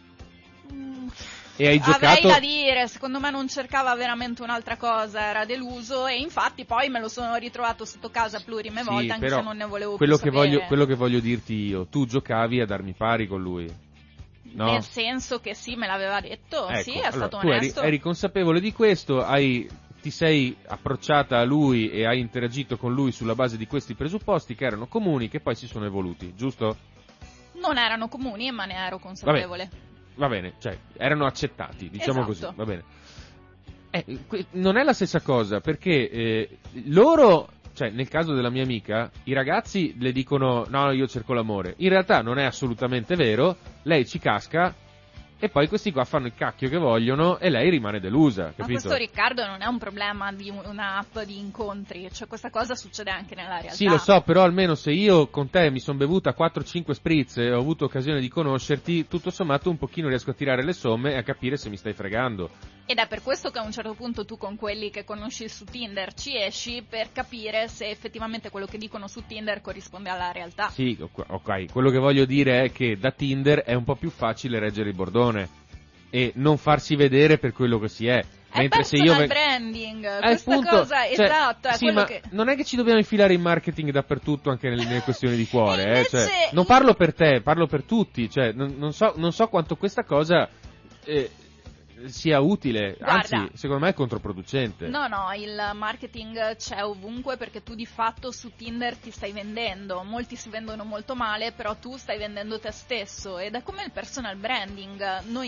E hai giocato... Avrei da dire, secondo me non cercava veramente un'altra cosa, era deluso e infatti poi me lo sono ritrovato sotto casa plurime volte, anche se non ne volevo più sapere. Quello che voglio dirti io, tu giocavi a darmi pari con lui. No? Nel senso che sì, me l'aveva detto, ecco, sì, è stato tu onesto. Eri consapevole di questo, ti sei approcciata a lui e hai interagito con lui sulla base di questi presupposti che erano comuni, che poi si sono evoluti, giusto? Non erano comuni, ma ne ero consapevole. Va bene, cioè, erano accettati, diciamo esatto. così, va bene. Non è la stessa cosa, perché loro, cioè, nel caso della mia amica, i ragazzi le dicono, no, io cerco l'amore. In realtà non è assolutamente vero, lei ci casca, e poi questi qua fanno il cacchio che vogliono, e lei rimane delusa, capito? Ma questo, Riccardo, non è un problema di un'app di incontri, cioè questa cosa succede anche nella realtà. Sì, lo so, però almeno se io con te mi sono bevuta 4-5 spritz e ho avuto occasione di conoscerti, tutto sommato un pochino riesco a tirare le somme e a capire se mi stai fregando. Ed è per questo che a un certo punto tu con quelli che conosci su Tinder ci esci per capire se effettivamente quello che dicono su Tinder corrisponde alla realtà. Sì, ok, quello che voglio dire è che da Tinder è un po' più facile reggere il bordone e non farsi vedere per quello che si è. Mentre se io branding, questa appunto, cosa, cioè, esatto, è sì, quello ma che... non è che ci dobbiamo infilare in marketing dappertutto, anche nelle questioni di cuore, invece... cioè, non parlo per te, parlo per tutti, cioè, non so quanto questa cosa sia utile, Guarda, anzi, secondo me è controproducente. No, il marketing c'è ovunque perché tu di fatto su Tinder ti stai vendendo, molti si vendono molto male, però tu stai vendendo te stesso ed è come il personal branding, noi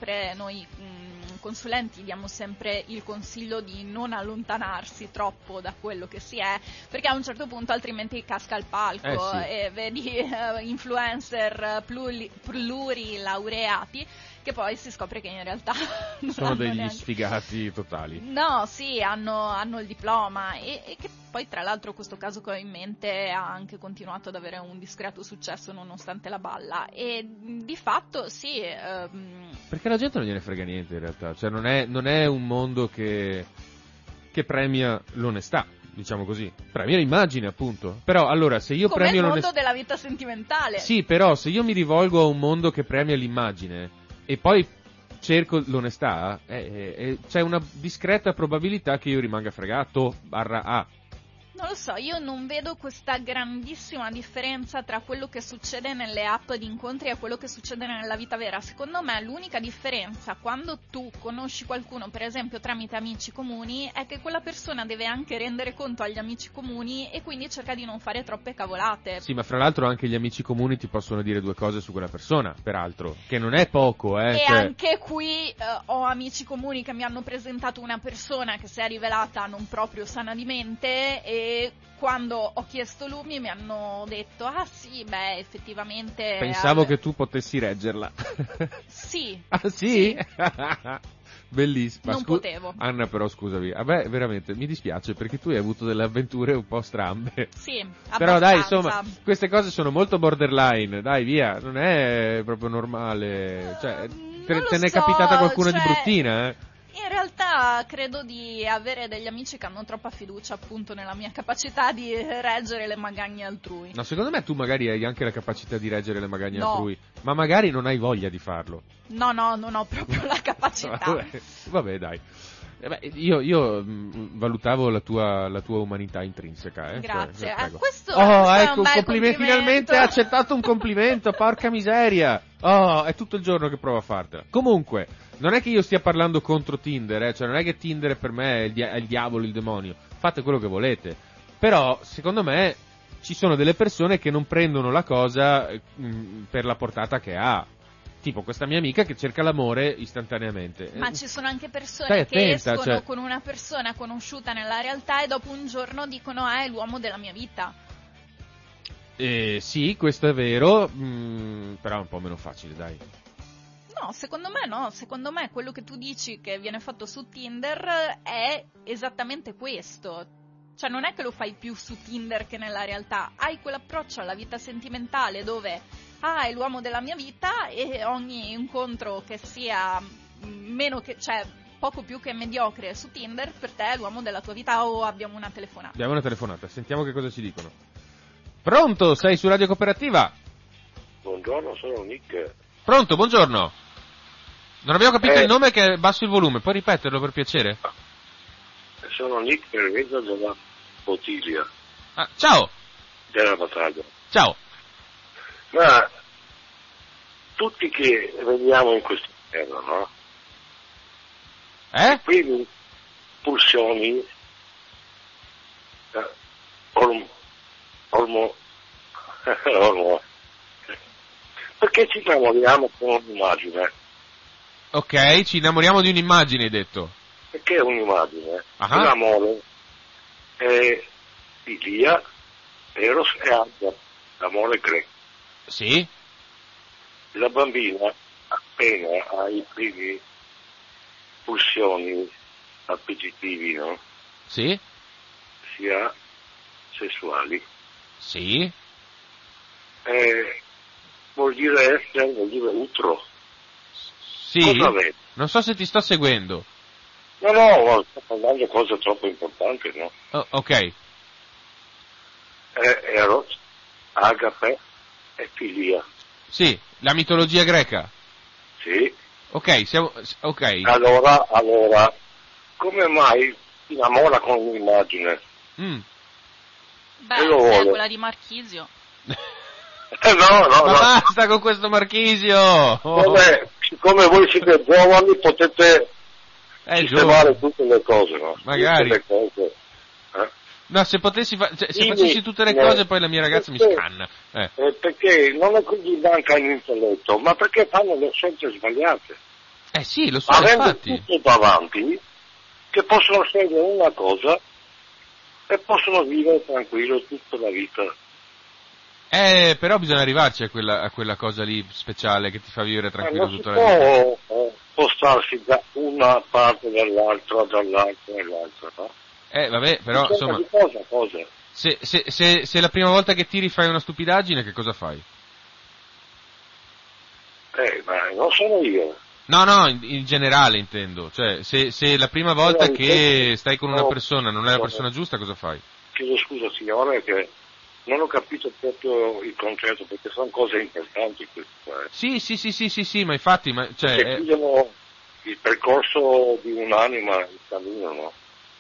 consulenti diamo sempre il consiglio di non allontanarsi troppo da quello che si è, perché a un certo punto altrimenti casca il palco, sì. E vedi influencer plurilaureati che poi si scopre che in realtà sono degli sfigati totali. No, sì, hanno il diploma e che poi tra l'altro questo caso che ho in mente ha anche continuato ad avere un discreto successo nonostante la balla e di fatto sì. Perché la gente non gliene frega niente in realtà, cioè non è un mondo che premia l'onestà, diciamo così, premia l'immagine appunto. Però allora se io come premio il mondo l'onestà della vita sentimentale. Sì, però se io mi rivolgo a un mondo che premia l'immagine e poi cerco l'onestà, c'è una discreta probabilità che io rimanga fregato /A. Non lo so, io non vedo questa grandissima differenza tra quello che succede nelle app di incontri e quello che succede nella vita vera. Secondo me l'unica differenza quando tu conosci qualcuno, per esempio tramite amici comuni, è che quella persona deve anche rendere conto agli amici comuni e quindi cerca di non fare troppe cavolate. Sì, ma fra l'altro anche gli amici comuni ti possono dire due cose su quella persona, peraltro, che non è poco, E cioè... anche qui ho amici comuni che mi hanno presentato una persona che si è rivelata non proprio sana di mente e quando ho chiesto lumi mi hanno detto ah sì, beh effettivamente pensavo che tu potessi reggerla. sì. Ah sì? Bellissimo. Non potevo. Anna, però scusami, a me veramente mi dispiace perché tu hai avuto delle avventure un po' strambe. Sì, Però dai, abbastanza. insomma, queste cose sono molto borderline, dai via, non è proprio normale. Cioè, te ne è capitata qualcuna di bruttina, In realtà credo di avere degli amici che hanno troppa fiducia appunto nella mia capacità di reggere le magagne altrui. No, secondo me tu magari hai anche la capacità di reggere le magagne No. altrui, ma magari non hai voglia di farlo. No, non ho proprio la capacità. Vabbè, dai. Io valutavo la tua umanità intrinseca. Grazie. Prego. Questo è Ecco, un bel complimento. finalmente ha accettato un complimento, porca miseria. Oh, è tutto il giorno che provo a fartela. Comunque, non è che io stia parlando contro Tinder, cioè non è che Tinder per me è il diavolo, il demonio. Fate quello che volete. Però, secondo me, ci sono delle persone che non prendono la cosa per la portata che ha. Tipo questa mia amica che cerca l'amore istantaneamente. Ma ci sono anche persone Stai che attenta, escono cioè- con una persona conosciuta nella realtà e dopo un giorno dicono è l'uomo della mia vita. Sì, questo è vero, però è un po' meno facile, dai. No, secondo me quello che tu dici che viene fatto su Tinder è esattamente questo. Cioè non è che lo fai più su Tinder che nella realtà, hai quell'approccio alla vita sentimentale dove è l'uomo della mia vita e ogni incontro che sia poco più che mediocre su Tinder per te è l'uomo della tua vita. O abbiamo una telefonata. Abbiamo una telefonata, sentiamo che cosa ci dicono. Pronto, sei su Radio Cooperativa? Buongiorno, sono Nick. Pronto, buongiorno. Non abbiamo capito il nome, che è basso il volume, puoi ripeterlo per piacere? Sono Nick per mezzo della bottiglia Ciao, della battaglia. ciao. Ma tutti che vediamo in questo periodo, no? Quindi pulsioni perché ci innamoriamo con un'immagine? Ok, ci innamoriamo di un'immagine, hai detto. Perché è un'immagine? Ah. L'amore è filia, eros e anche l'amore greco. Sì? La bambina appena ha i primi pulsioni appetitivi, no? Sì? Sia sessuali. Sì? Vuol dire utro. Sì? Cosa vedi? Non so se ti sto seguendo. No, sto parlando di cose troppo importanti, no? Oh, ok. Eros, agape e filia. Sì, la mitologia greca. Sì. Ok. Allora, come mai si innamora con un'immagine? Beh, E lo vuole. quella di Marchisio. No. Ma basta con questo Marchisio! Oh. Siccome voi siete giovani potete sistemare giovane. tutte le cose, no? Magari. Tutte le cose. No, se potessi se Dimmi, facessi tutte le cose poi la mia ragazza mi scanna. Perché non è che gli manca l'intelletto, ma perché fanno le scelte sbagliate. Sì, lo so, Avendo infatti. tutto davanti, che possono scegliere una cosa e possono vivere tranquillo tutta la vita. Però bisogna arrivarci a quella cosa lì speciale che ti fa vivere tranquillo Non si tutta la vita. può spostarsi da una parte dall'altra, no? Vabbè, però insomma, Di cosa? se la prima volta che tiri fai una stupidaggine, che cosa fai? Ma non sono io. No, in generale intendo. Cioè, se la prima volta che stai con una persona non è la persona giusta, cosa fai? Chiedo scusa signore che non ho capito proprio il concetto, perché sono cose importanti queste. Sì, ma infatti, che chiudono il percorso di un'anima, il cammino, no?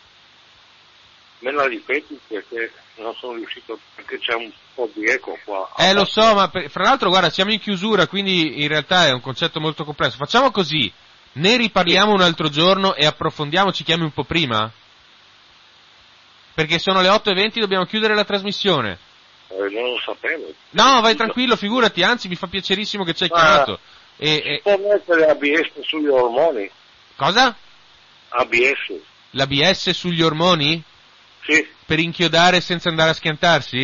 Me la ripeti perché non sono riuscito, perché c'è un po' di eco qua. Lo so, ma fra l'altro guarda, siamo in chiusura, quindi in realtà è un concetto molto complesso. Facciamo così, ne riparliamo un altro giorno e approfondiamo, ci chiami un po' prima? Perché sono le 8:20, dobbiamo chiudere la trasmissione. Non lo sapevo. No, vai tranquillo, figurati, anzi mi fa piacerissimo che ci hai chiamato. Si può mettere ABS sugli ormoni? Cosa? ABS. L'ABS sugli ormoni? Sì. Per inchiodare senza andare a schiantarsi?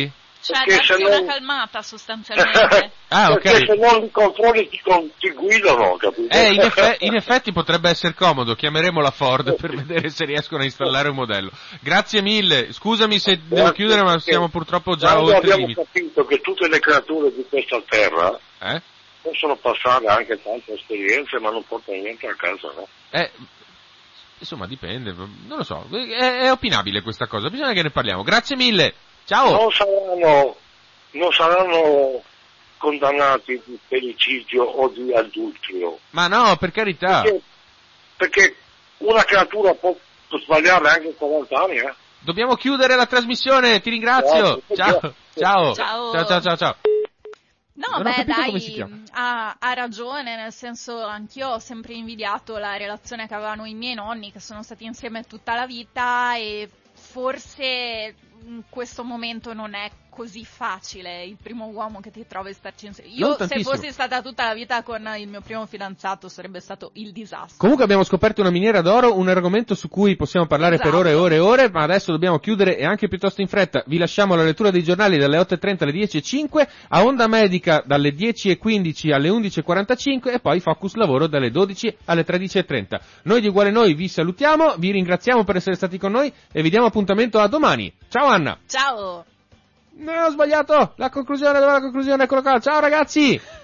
Cioè, Perché darti se una non- calmata sostanzialmente. Ah, ok. Perché se non li controlli ti guidano, capito? In effetti potrebbe essere comodo, chiameremo la Ford per vedere se riescono a installare un modello. Grazie mille, scusami se devo chiudere, ma siamo purtroppo già Quando oltre il abbiamo limite. capito che tutte le creature di questa terra Eh? possono passare anche tante esperienze, ma non portano niente a casa, no? Insomma, dipende, non lo so, è opinabile questa cosa, bisogna che ne parliamo. Grazie mille, ciao! Non saranno condannati di felicidio o di adulterio. Ma no, per carità. Perché una creatura può sbagliare anche 40 anni, eh? Dobbiamo chiudere la trasmissione, ti ringrazio. Ciao, ciao, Ciao. ciao. No, Non ho beh, capito come si chiama. ha ragione, nel senso, anch'io ho sempre invidiato la relazione che avevano i miei nonni, che sono stati insieme tutta la vita, e forse in questo momento non è così facile il primo uomo che ti trovi a starci insieme. Io, Non se tantissimo. fossi stata tutta la vita con il mio primo fidanzato, sarebbe stato il disastro. Comunque abbiamo scoperto una miniera d'oro, un argomento su cui possiamo parlare per ore e ore e ore, ma adesso dobbiamo chiudere e anche piuttosto in fretta. Vi lasciamo alla lettura dei giornali dalle 8.30 alle 10.05, a Onda Medica dalle 10.15 alle 11.45 e poi Focus Lavoro dalle 12 alle 13.30. Noi di Uguale Noi vi salutiamo, vi ringraziamo per essere stati con noi e vi diamo appuntamento a domani. Ciao Anna! Ciao! No, ho sbagliato! La conclusione, dov'è la conclusione? Eccolo qua! Ciao ragazzi!